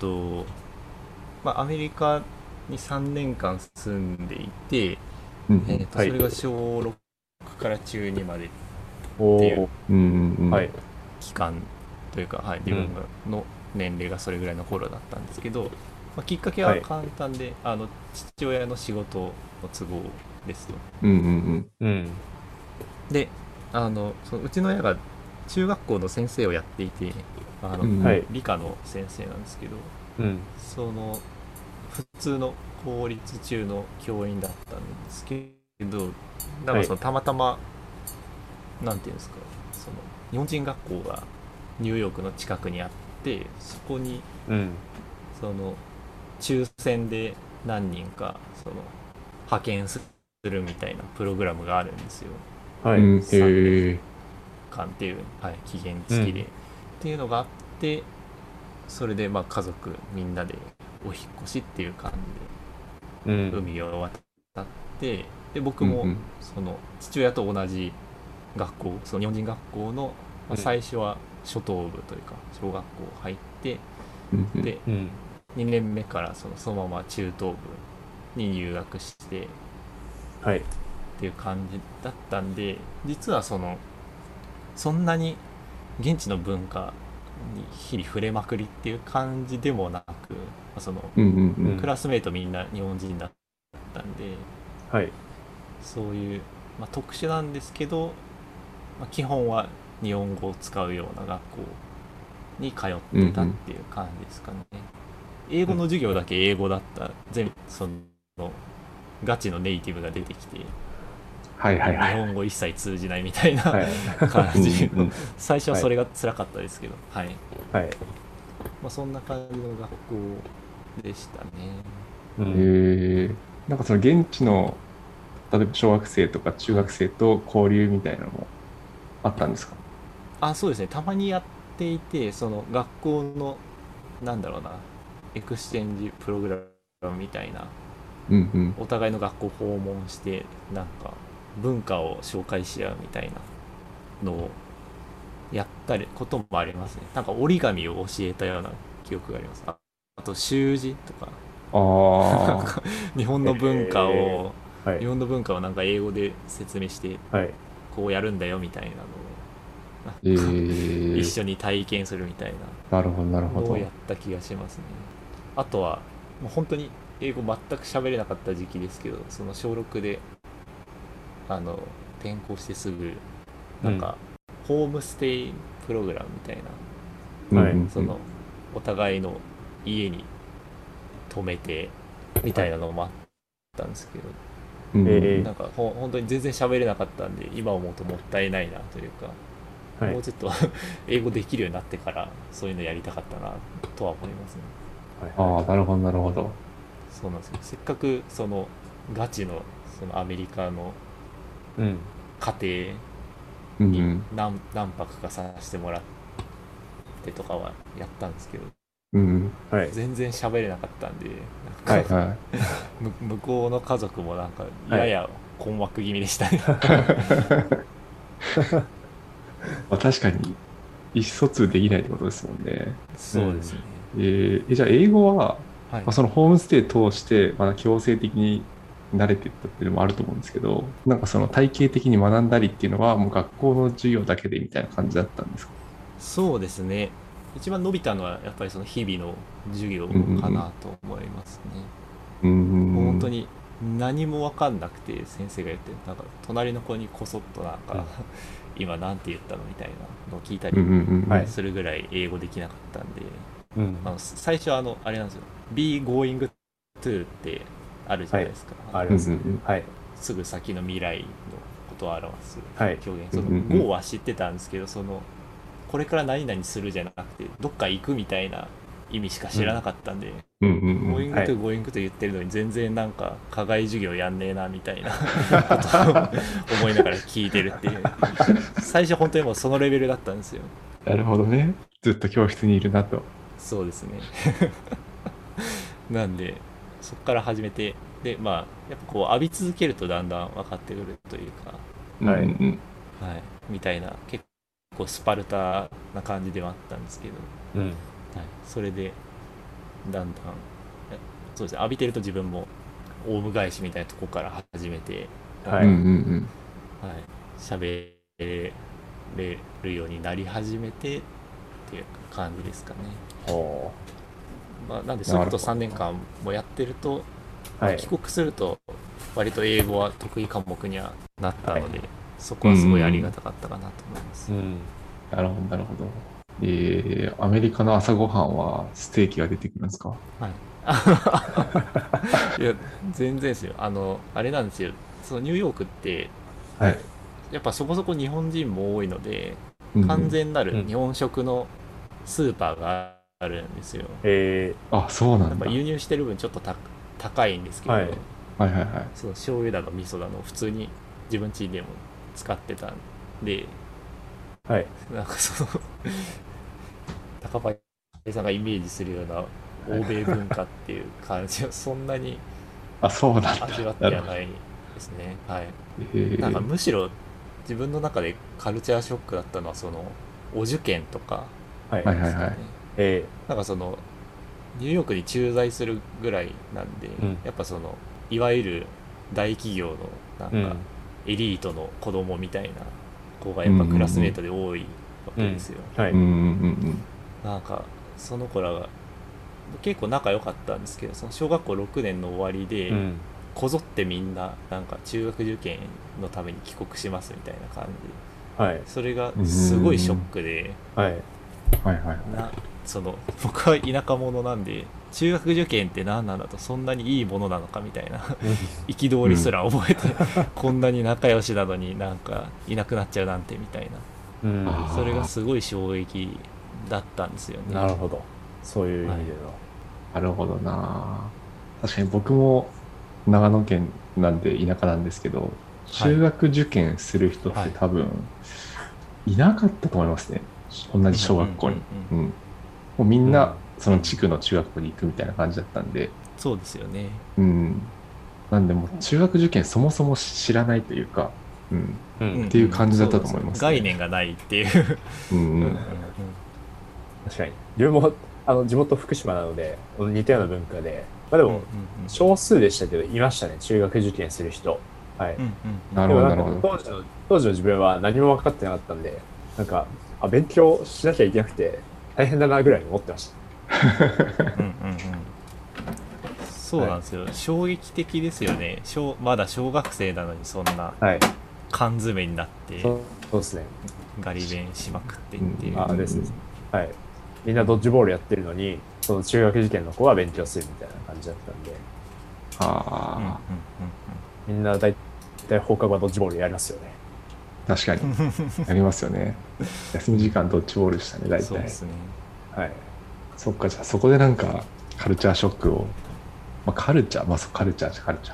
アメリカに3年間住んでいて、それが小6から中2までっていう期間というか、自分の年齢がそれぐらいの頃だったんですけど、きっかけは簡単で、父親の仕事の都合ですと。 うんうんうん。 でそのうちの親が中学校の先生をやっていてはい。 理科の先生なんですけど、その普通の公立中の教員だったんですけど、なんかそのたまたま、なんていうんですか、その日本人学校がニューヨークの近くにあって、そこにその抽選で何人かその派遣するみたいなプログラムがあるんですよ。 はい。 3年間っていう、期限付きで、っていうのがあって、それでまあ家族みんなでお引っ越しっていう感じで海を渡って、で僕もその父親と同じ学校、その日本人学校の、最初は初等部というか小学校入って、で、2年目からそのまま中等部に入学して、っていう感じだったんで、実はそんなに現地の文化に日々触れまくりっていう感じでもなく、クラスメートみんな日本人だったんで、そういう、特殊なんですけど、基本は日本語を使うような学校に通ってたっていう感じですかね。英語の授業だけ英語だった、全部そのガチのネイティブが出てきて、日本語一切通じないみたいな感じの最初はそれが辛かったですけど、そんな感じの学校でしたね。 なんかその現地の例えば小学生とか中学生と交流みたいなのもあったんですか？ そうですね、たまにやっていて、その学校のなんだろうな、エクスチェンジプログラムみたいな、お互いの学校訪問してなんか文化を紹介し合うみたいなのをやったりこともありますね。なんか折り紙を教えたような記憶があります。あと習字とか日本の文化をなんか英語で説明して、こうやるんだよみたいなのを、一緒に体験するみたいなのをやった気がしますね。あとはもう本当に英語全く喋れなかった時期ですけど、その小6で転校してすぐなんか、ホームステイプログラムみたいな、そのお互いの家に泊めてみたいなのもあったんですけど、なんか本当に全然喋れなかったんで、今思うともったいないなというか、もうちょっと英語できるようになってからそういうのやりたかったなとは思いますね。 なるほどなるほど。 そうなんですよ。せっかくそのガチのそのアメリカの家庭に何泊かさせてもらってとかはやったんですけど、全然喋れなかったんで、なんか向こうの家族もなんかやや困惑気味でしたね。 確かに意思疎通できないってことですもんね。 そうですね。 じゃあ英語は、そのホームステイ通してまだ強制的に慣れていったっていうのもあると思うんですけど、なんかその体系的に学んだりっていうのはもう学校の授業だけでみたいな感じだったんですか？ そうですね。一番伸びたのはやっぱりその日々の授業かなと思いますね。本当に何も分かんなくて、先生が言ってなんか隣の子にこそっとなんか今なんて言ったのみたいなのを聞いたりするぐらい英語できなかったんで、最初はあれなんですよ、be going to ってあるじゃないですか。 ありますね。 すぐ先の未来のことを表す表現、その go は知ってたんですけど、そのこれから何々するじゃなくてどっか行くみたいな意味しか知らなかったんで、going to going to 言ってるのに全然なんか課外授業やんねえなみたいなことを思いながら聞いてるっていう、最初本当にもうそのレベルだったんですよ。 なるほどね。ずっと教室にいるなと。 そうですね。なんでそこから始めて、でやっぱこう浴び続けるとだんだん分かってくるというか、みたいな結構スパルタな感じではあったんですけど、それでだんだんそうですね、浴びてると自分もオウム返しみたいなとこから始めて、喋れるようになり始めてっていう感じですかね。なんでそういうことを3年間もやってると、帰国すると割と英語は得意科目にはなったので、そこはすごいありがたかったかなと思います。 なるほどなるほど。アメリカの朝ごはんはステーキが出てくるんですか？ はいいや全然ですよ。あれなんですよ、そのニューヨークって、 はい、 やっぱそこそこ日本人も多いので、完全なる日本食のスーパーがあるんですよ。 あ、そうなんだ。 やっぱ輸入してる分ちょっと高いんですけど、 はいはいはい、 その醤油だの味噌だの普通に自分家でも使ってたんで、 はい、 なんかその高林さんがイメージするような欧米文化っていう感じはそんなに味わってはないですね。はい。なんかむしろ自分の中でカルチャーショックだったのはそのお受験とかですかね。 はいはいはい。 なんかそのニューヨークに駐在するぐらいなんで、やっぱそのいわゆる大企業のなんかエリートの子供みたいな子がやっぱクラスメートで多いわけですよ。なんかその子らが結構仲良かったんですけど、その小学校6年の終わりで、こぞってみんななんか中学受験のために帰国しますみたいな感じ、それがすごいショックで、その僕は田舎者なんで中学受験って何なんだと、そんなにいいものなのかみたいな憤りすら覚えて、こんなに仲良しなのになんかいなくなっちゃうなんてみたいな、それがすごい衝撃だったんですよね。 なるほど、そういう意味での、 なるほどな。確かに僕も長野県なんで田舎なんですけど、中学受験する人って多分いなかったと思いますね、同じ小学校に。もうみんなその地区の中学校に行くみたいな感じだったんで。 そうですよね。 なんでもう中学受験そもそも知らないというか、っていう感じだったと思います、ね。 概念がないっていう。 確かに自分も地元福島なので似たような文化で、でも少数でしたけどいましたね、中学受験する人。 なるほどなるほど。当時の自分は何も分かってなかったんで、なんか勉強しなきゃいけなくて大変だなぐらいに思ってました。 そうなんですよ、衝撃的ですよね。まだ小学生なのにそんな缶詰になって、 そうですね、 ガリ勉しまくってっていう。 ですね。はい。みんなドッジボールやってるのに、その中学受験の子は勉強するみたいな感じだったんで。みんな大体放課後はドッジボールやりますよね。 確かにやりますよね。休み時間ドッジボールしたね、大体。 そうですね。 はい。そっか、じゃあそこでなんかカルチャーショックを、カルチャー、カルチャ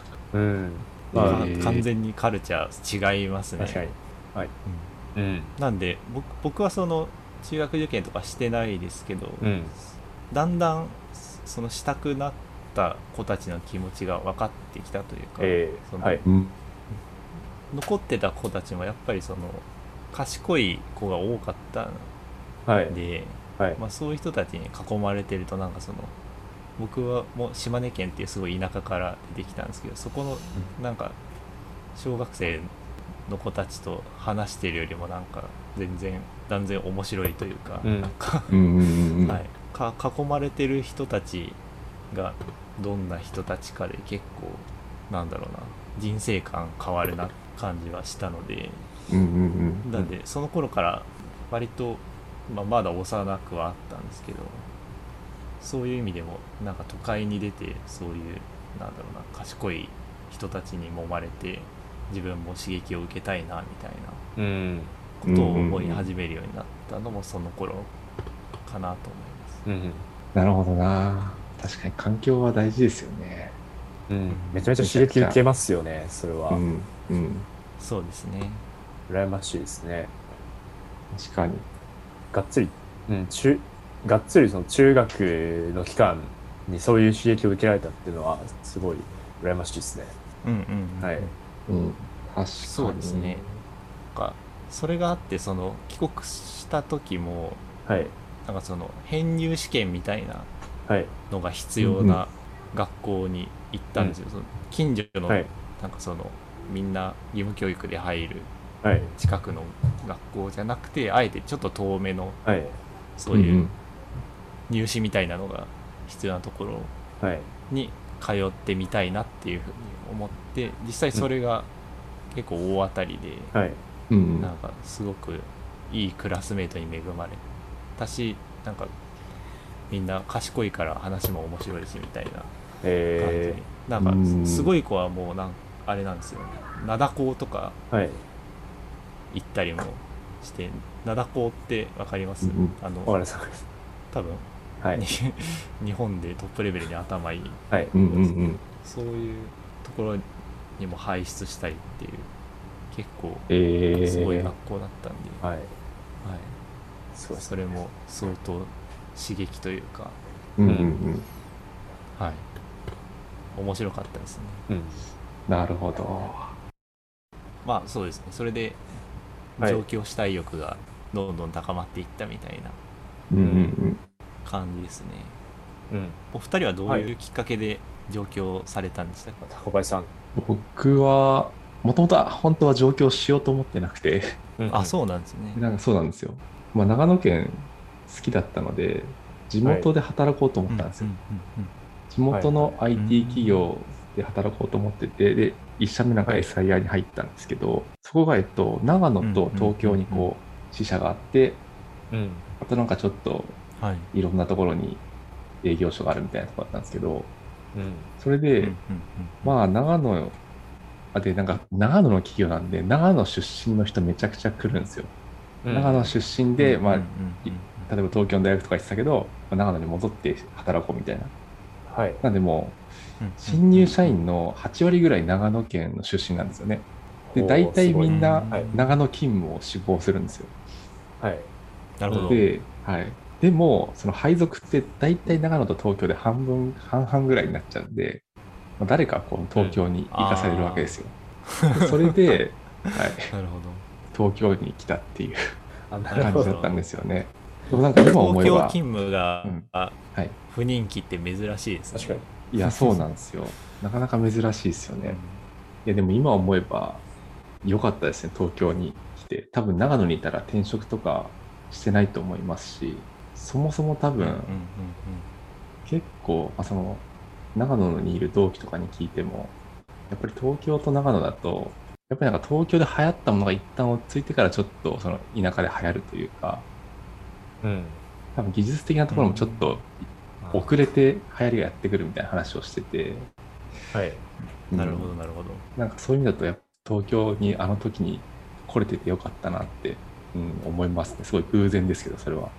ー。完全にカルチャー違いますね。 確かに。はい。 なんで僕はその中学受験とかしてないですけど、だんだんそのしたくなった子たちの気持ちが分かってきたというか、残ってた子たちもやっぱりその賢い子が多かったんで、そういう人たちに囲まれてると、なんかその僕はもう島根県っていうすごい田舎から出てきたんですけど、そこのなんか小学生の子たちと話してるよりもなんか断然面白いというか、囲まれてる人たちがどんな人たちかで結構なんだろうな、人生観変わるな感じはしたので、なんでその頃から割と、まだ幼くはあったんですけど、そういう意味でもなんか都会に出てそういうなんだろうな、賢い人たちに揉まれて自分も刺激を受けたいなみたいなことを思い始めるようになったのもその頃かなと思います。 なるほどな。確かに環境は大事ですよね。 めちゃめちゃ刺激受けますよね、それは。 そうですね。 羨ましいですね。 確かに。 がっつりその中学の期間にそういう刺激を受けられたっていうのはすごい羨ましいですね。 確かに。 そうですね。なんかそれがあって、その帰国した時も、なんかその編入試験みたいなのが必要な学校に行ったんですよ。その近所のなんかそのみんな義務教育で入る近くの学校じゃなくて、あえてちょっと遠めのそういう入試みたいなのが必要なところに通ってみたいなっていうふうに思って、実際それが結構大当たりで、 はい。 なんかすごくいいクラスメートに恵まれたし、なんかみんな賢いから話も面白いしみたいな感じ、なんかすごい子はもうあれなんですよね、灘高とか行ったりもして、灘高って分かります？ 分かります。 多分、 はい、 日本でトップレベルに頭いい、 はい、 そういうところにも輩出したりっていう結構すごい学校だったんで、 はい、 それも相当刺激というか、はい、面白かったですね。 なるほど。 まあそうですね、それで上京したい欲がどんどん高まっていったみたいな感じですね。お二人はどういうきっかけで上京されたんでしたか？ 小林さん。 僕はもともと本当は上京しようと思ってなくてあ、そうなんですね。 なんかそうなんですよ。まあ、長野県好きだったので地元で働こうと思ったんですよ。地元の IT 企業で働こうと思ってて、で1社目なんか SIR に入ったんですけど、そこが長野と東京にこう支社があって、あとなんかちょっといろんなところに営業所があるみたいなところだったんですけど、それでまあ長野でなんか長野の企業なんで長野出身の人めちゃくちゃ来るんですよ。長野出身で、まあ、例えば東京の大学とか行ってたけど、長野に戻って働こうみたいな。なんでもう新入社員の8割ぐらい長野県の出身なんですよね。で大体みんな長野勤務を志望するんですよ。 なるほど。 でもその配属って大体長野と東京で半々ぐらいになっちゃうんで、誰かこう東京に行かされるわけですよ。それで、 なるほど東京に来たっていう感じだったんですよね。でもなんか今思えば東京勤務が不人気って珍しいですね。 確かに。 いやそうなんですよ。なかなか珍しいですよね。いやでも今思えば良かったですね、東京に来て。多分長野にいたら転職とかしてないと思いますし、そもそも多分結構その長野にいる同期とかに聞いても、やっぱり東京と長野だとやっぱりなんか東京で流行ったものが一旦落ち着いてからちょっとその田舎で流行るというか、多分技術的なところもちょっと遅れて流行りがやってくるみたいな話をしてて、 なるほどなるほど。 なんかそういう意味だとやっぱ東京にあの時に来れててよかったなって、思いますね。すごい偶然ですけどそれは。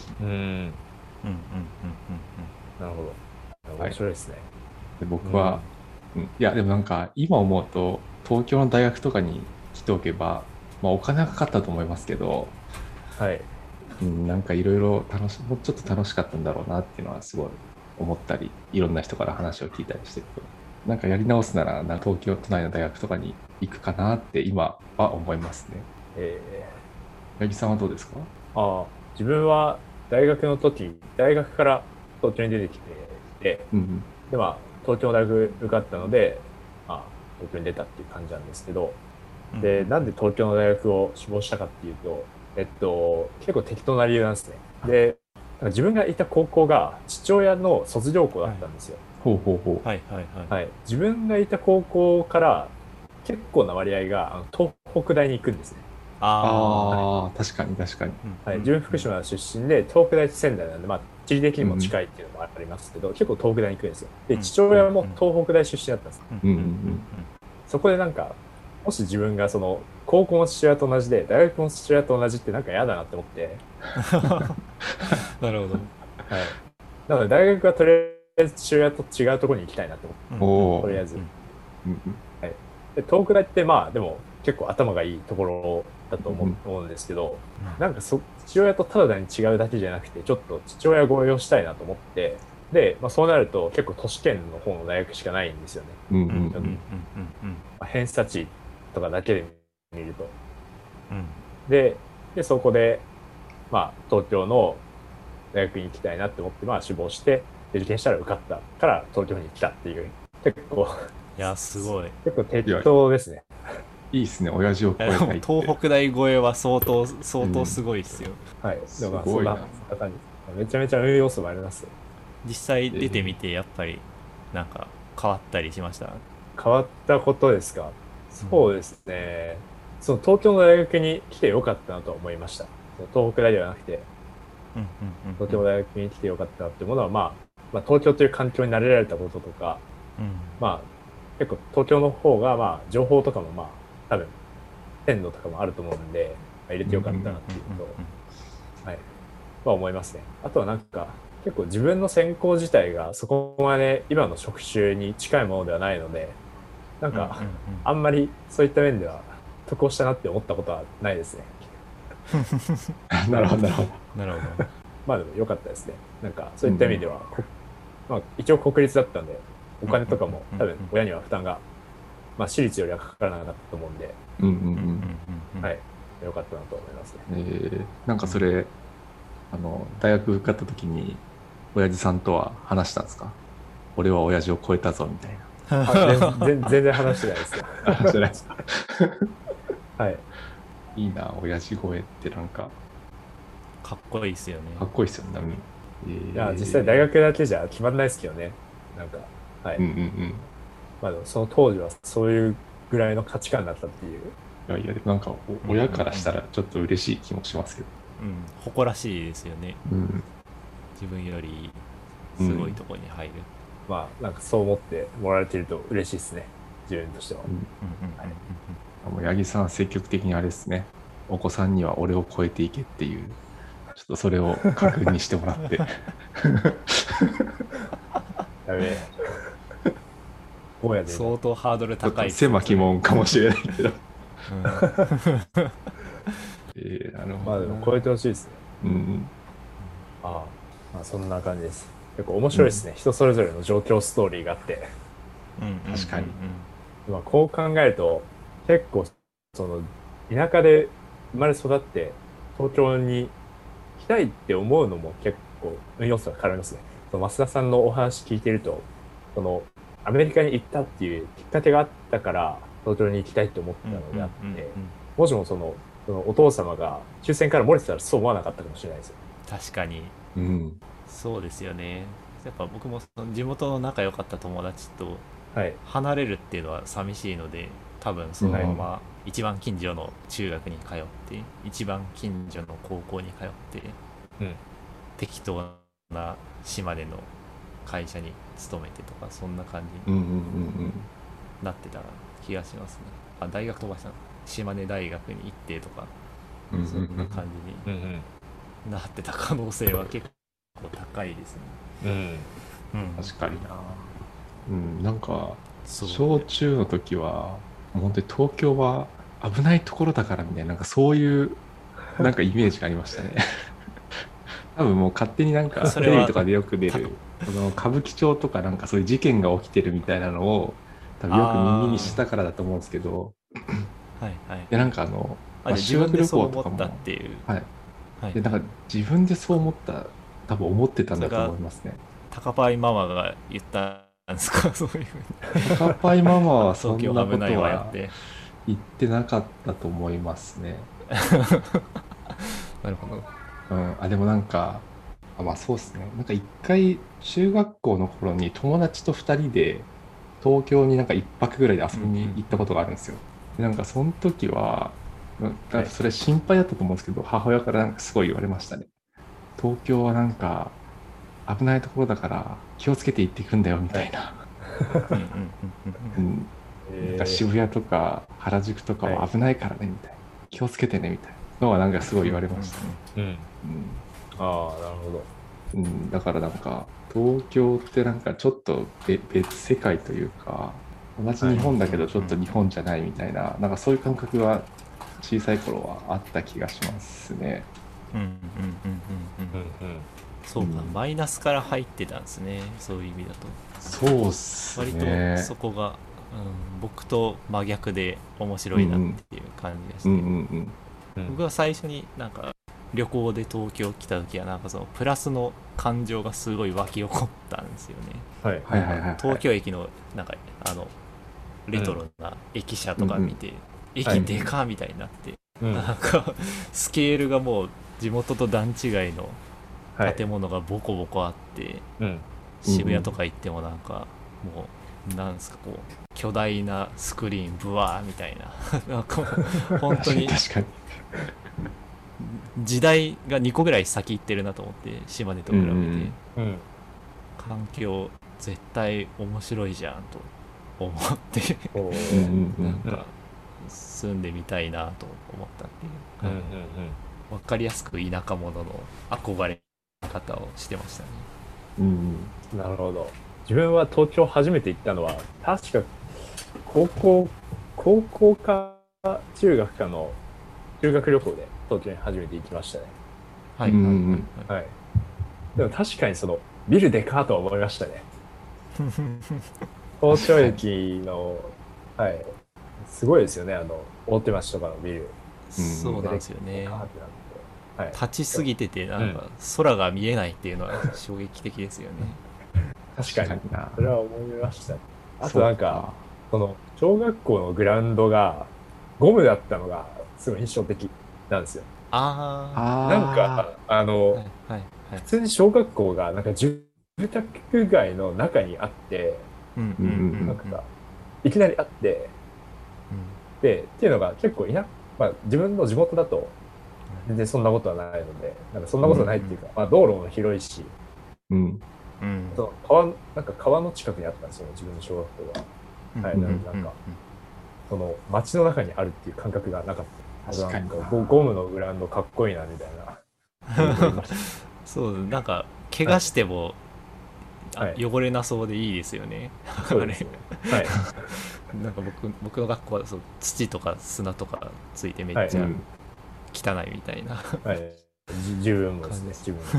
なるほど。面白いですね。 で僕は、いやでもなんか今思うと東京の大学とかに来ておけば、まあ、お金はかかったと思いますけど、なんかいろいろもうちょっと楽しかったんだろうなっていうのはすごい思ったり、いろんな人から話を聞いたりしてると、なんかやり直すなら東京都内の大学とかに行くかなって今は思いますね。八木さんはどうですか？ 自分は大学の時、大学から東京に出てきて、でまあ東京の大学受かったので、東京に出たっていう感じなんですけど、でなんで東京の大学を志望したかっていうと、結構適当な理由なんですね。で自分がいた高校が父親の卒業校だったんですよ。自分がいた高校から結構な割合が東北大に行くんですね。 確かに。 自分福島出身で東北大と仙台なんで、地理的にも近いっていうのもありますけど、結構東北大に行くんですよ。で父親も東北大出身だったんです。そこでなんかもし自分がその高校の父親と同じで大学の父親と同じってなんか嫌だなって思ってなるほど。 なので大学はとりあえず父親と違うところに行きたいなと思って、とりあえず、で東北大ってでも結構頭がいいところだと思うんですけど、なんか父親とただ単に違うだけじゃなくてちょっと父親超えをしたいなと思って、で、そうなると結構都市圏の方の大学しかないんですよね。偏差値とかだけで見ると。でそこで東京の大学に行きたいなって思って志望して受験したら受かったから東京に来たっていう、結構いやすごい結構適当ですね。 いいですね、親父を超えないって。 東北大超えは相当すごいですよ。 すごいな。 めちゃめちゃ運要素もあります。 実際出てみてやっぱりなんか変わったりしました？ 変わったことですか。そうですね。その東京の大学に来てよかったなと思いました。東北大ではなくて、東京の大学に来てよかったなっていうものは、まあ東京という環境に慣れられたこととか、まあ結構東京の方がまあ情報とかもまあ多分鮮度とかもあると思うんで、入れてよかったなっていうと、はい、まあ思いますね。あとはなんか結構自分の専攻自体がそこまで今の職種に近いものではないので、なんかあんまりそういった面では得をしたなって思ったことはないですね。 なるほどなるほど。 なるほど。 まあでも良かったですね。なんかそういった意味では、まあ一応国立だったんで、お金とかも多分親には負担が、まあ私立よりはかからなかったと思うんで、はい、良かったなと思いますね。 なんかそれ、大学受かった時に親父さんとは話したんですか？俺は親父を超えたぞみたいな。 全然話してないですよ。 話してないですか？ はい。 いいな、親父超えってなんかかっこいいですよね。 かっこいいですよね。 いや実際大学だけじゃ決まんないですけどね。なんかはい。まあでもその当時はそういうぐらいの価値観だったっていう。 いやでもなんか親からしたらちょっと嬉しい気もしますけど。 誇らしいですよね。自分よりすごいところに入る。 まあなんかそう思ってもらえてると嬉しいですね。自分としては。 もう八木さん積極的にあれですね。お子さんには俺を超えていけっていう、ちょっとそれを確認してもらって。やべえ。親で相当ハードル高い。 狭き門かもしれないけど。 まあでも超えてほしいですね。 まあそんな感じです。結構面白いですね。人それぞれの状況ストーリーがあって。 確かに。 まあこう考えると結構その田舎で生まれ育って東京に来たいって思うのも結構要素が絡みますね。増田さんのお話聞いてると、そのアメリカに行ったっていうきっかけがあったから東京に行きたいと思ったのであって、もしもそのお父様が終戦から漏れてたらそう思わなかったかもしれないですよ。 確かに、そうですよね。やっぱ僕もその地元の仲良かった友達と離れるっていうのは寂しいので、多分そのまま一番近所の中学に通って一番近所の高校に通って、適当な島での会社に勤めてとか、そんな感じになってた気がしますね。大学飛ばしたの島根大学に行ってとか、そんな感じになってた可能性は結構高いですね。 確かにな。なんか小中の時は本当に東京は危ないところだからみたいな、なんかそういうなんかイメージがありましたね。多分もう勝手になんかテレビとかでよく出るこの歌舞伎町とかなんかそういう事件が起きてるみたいなのを多分よく耳にしたからだと思うんですけど、でなんか修学旅行とかもっていう、でなんか自分でそう思った多分思ってたんだと思いますね。 高パイママが言ったんですか？そういう高パイママはそんなことは言ってなかったと思いますね。 なるほど。 でもなんかまあそうですね。なんか一回中学校の頃に友達と2人で東京になんか1泊ぐらいで遊びに行ったことがあるんですよ。でなんかその時はそれ心配だったと思うんですけど、母親からなんかすごい言われましたね。東京はなんか危ないところだから気をつけて行っていくんだよみたいな。なんか渋谷とか原宿とかは危ないからねみたいな、気をつけてねみたいなのはなんかすごい言われましたね。 なるほど。だからなんか東京ってなんかちょっと別世界というか、同じ日本だけどちょっと日本じゃないみたいな、なんかそういう感覚が小さい頃はあった気がしますね。 そうか、マイナスから入ってたんですね、そういう意味だと。 そうっすね。 割とそこが、僕と真逆で面白いなっていう感じがして、僕は最初になんか旅行で東京来た時はなんかそのプラスの感情がすごい湧き起こったんですよね。東京駅のなんかレトロな駅舎とか見て、駅でかみたいになって、なんかスケールがもう地元と段違いの建物がボコボコあって、渋谷とか行ってもなんかもうなんですか、こう巨大なスクリーンブワーみたいななんか本当に確かに時代が2個ぐらい先行ってるなと思って、島根と比べて、環境絶対面白いじゃんと思ってなんか住んでみたいなと思ったっていう、分かりやすく田舎者の憧れ方をしてましたね。 なるほど。自分は東京初めて行ったのは確か高校か中学かの修学旅行で東京に初めて行きましたね。 はいはい。でも確かにそのビルでかとは思いましたね。東京駅の、はい、すごいですよね、大手町とかのビル。 そうなんですよね。 はい、 立ちすぎててなんか空が見えないっていうのは衝撃的ですよね。 確かにな。それは思いました。あとなんかその小学校のグラウンドがゴムだったのがすごい印象的なんですよ。なんか普通に小学校がなんか住宅街の中にあって、なんかいきなりあって、でっていうのが結構まあ、自分の地元だと全然そんなことはないので、なんかそんなことないっていうか、まあ、道路も広いし、その川の近くにあったんですよ、自分の小学校が。はい、なんかその街の中にあるっていう感覚がなかった。確かにゴムのグラウンドかっこいいなみたいな。 そうなんか怪我しても、汚れなそうでいいですよね。 そうですね。はい。 なんか僕の学校はそう土とか砂とかついてめっちゃ汚いみたいな。 はい。自分もですね。自分も。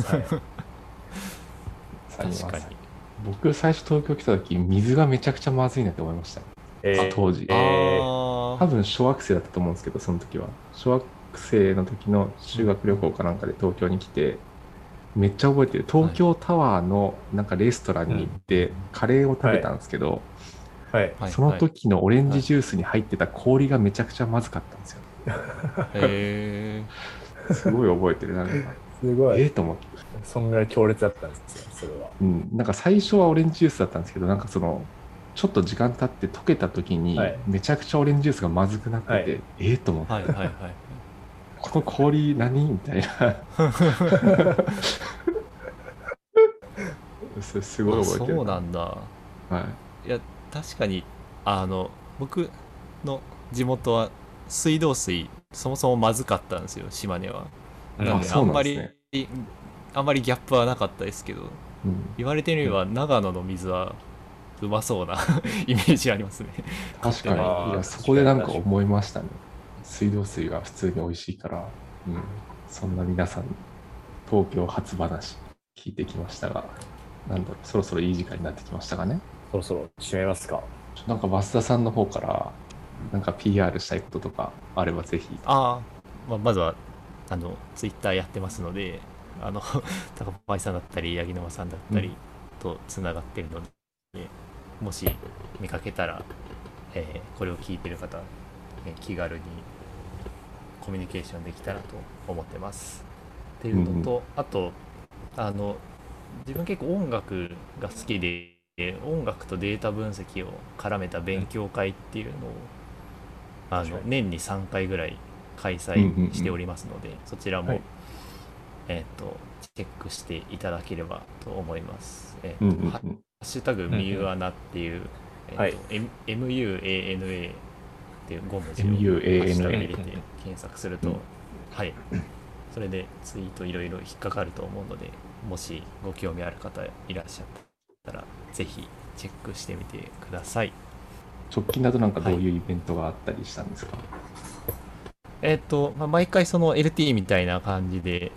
確かに。 僕最初東京来た時水がめちゃくちゃまずいなって思いました。当時。多分小学生だったと思うんですけど、その時は小学生の時の修学旅行かなんかで東京に来て、めっちゃ覚えてる。東京タワーのなんかレストランに行ってカレーを食べたんですけど、その時のオレンジジュースに入ってた氷がめちゃくちゃまずかったんですよ。すごい覚えてる。なんかすごい。 と思って。 そんぐらい強烈だったんですよ、それは。 なんか最初はオレンジジュースだったんですけど、なんかそのちょっと時間経って溶けた時にめちゃくちゃオレンジジュースがまずくなってて、と思って。この氷何みたいな。すごい覚えてる。 そうなんだ。いや確かに僕の地元は水道水そもそもまずかったんですよ、島根は。なんであんまりギャップはなかったですけど、言われてみれば長野の水はうまそうなイメージありますね。 確かに。いやそこでなんか思いましたね。水道水が普通に美味しいから、そんな皆さん東京初話聞いてきましたが、そろそろいい時間になってきましたかね。 そろそろ締めますか。 なんか増田さんの方からなんか PR したいこととかあればぜひ。 まずはツイッターやってますので、高橋さんだったり八木沼さんだったりとつながってるので、もし見かけたら、これを聞いてる方、気軽にコミュニケーションできたらと思ってます。っていうのと、あと自分結構音楽が好きで、音楽とデータ分析を絡めた勉強会っていうのを年に3回ぐらい開催しておりますので、そちらも、チェックしていただければと思います。ハッシュタグミユアナっていう、MUANA っていう5文字をハッシュタグ入れて検索すると、それでツイートいろいろ引っかかると思うので、もしご興味ある方いらっしゃったらぜひチェックしてみてください。 直近だとなんかどういうイベントがあったりしたんですか？ 毎回その LT みたいな感じで、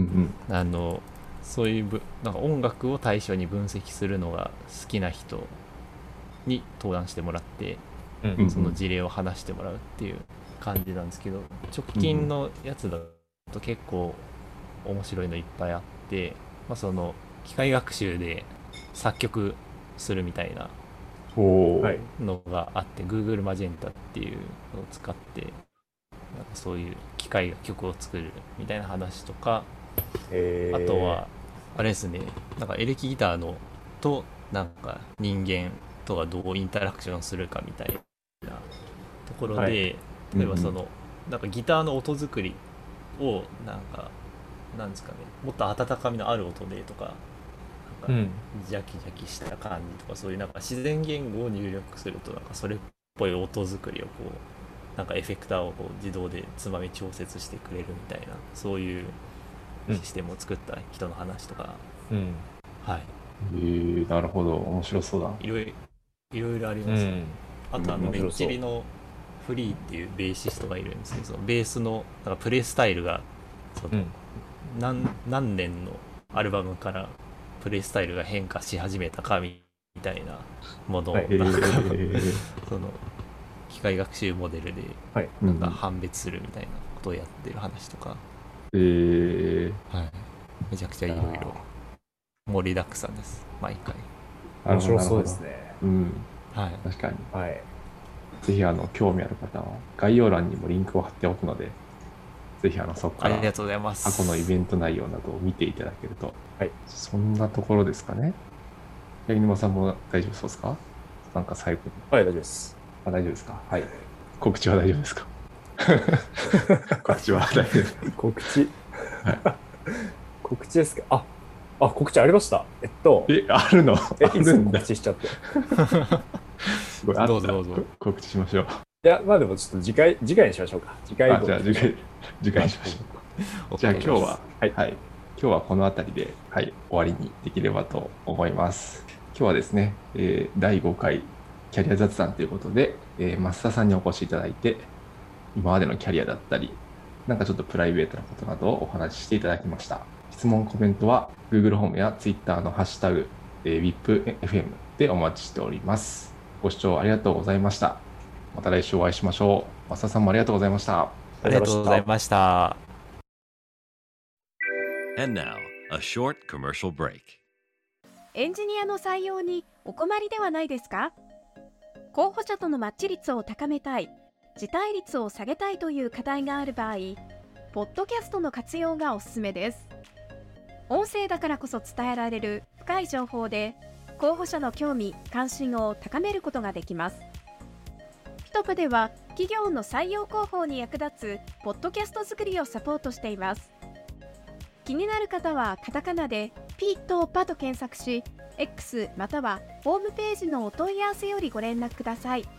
そういうなんか音楽を対象に分析するのが好きな人に登壇してもらって、その事例を話してもらうっていう感じなんですけど、直近のやつだと結構面白いのいっぱいあって、その機械学習で作曲するみたいなのがあって、Google マジェンタっていうのを使ってなんかそういう機械が曲を作るみたいな話とか、あとはあれですね、なんかエレキギターのとなんか人間とがどうインタラクションするかみたいなところで、 はい、 例えばなんかギターの音作りをなんですかね、もっと温かみのある音でとか、なんかジャキジャキした感じとか、そういうなんか自然言語を入力するとなんかそれっぽい音作りをこうなんかエフェクターをこう自動でつまみ調節してくれるみたいな、そういうシステムを作った人の話とか、はい。 なるほど、面白そうだ。 いろいろあります、ね。あとメッチリのフリーっていうベーシストがいるんですけど、そのベースのなんかプレイスタイルが何年のアルバムからプレイスタイルが変化し始めたかみたいなものを、その機械学習モデルでなんか判別するみたいなことをやってる話とか、はい、めちゃくちゃいろいろ盛りだくさんです、毎回。 面白そうですね。 はい、確かに。はい。ぜひ興味ある方は概要欄にもリンクを貼っておくので、ぜひそこから過去のイベント内容などを見ていただけると。はい。そんなところですかね。八木沼さんも大丈夫そうですか？なんか最後に。 はい、大丈夫です。 大丈夫ですか？はい。告知は大丈夫ですか？告知は大丈夫です。 告知。はい、告知ですか？告知ありました。 あるの？ いつ告知しちゃって。 すごい。どうぞ告知しましょう。 いや、まあでもちょっと次回にしましょうか。次回にしましょう。じゃあ今日は、はい。今日はこの辺りで、はい、終わりにできればと思います。今日はですね、第5回キャリア雑談ということで、増田さんにお越しいただいて、今までのキャリアだったり、なんかちょっとプライベートなことなどをお話ししていただきました。質問、コメントは Google ホームや Twitter のハッシュタグ、WIPFM でお待ちしております。ご視聴ありがとうございました。また来週お会いしましょう。増田さんもありがとうございました。 ありがとうございました。 And now, a short commercial break. エンジニアの採用にお困りではないですか？候補者とのマッチ率を高めたい、辞退率を下げたいという課題がある場合、ポッドキャストの活用がおすすめです。音声だからこそ伝えられる深い情報で、候補者の興味・関心を高めることができます。ピトプでは企業の採用広報に役立つポッドキャスト作りをサポートしています。気になる方はカタカナでピとパと検索し、X またはホームページのお問い合わせよりご連絡ください。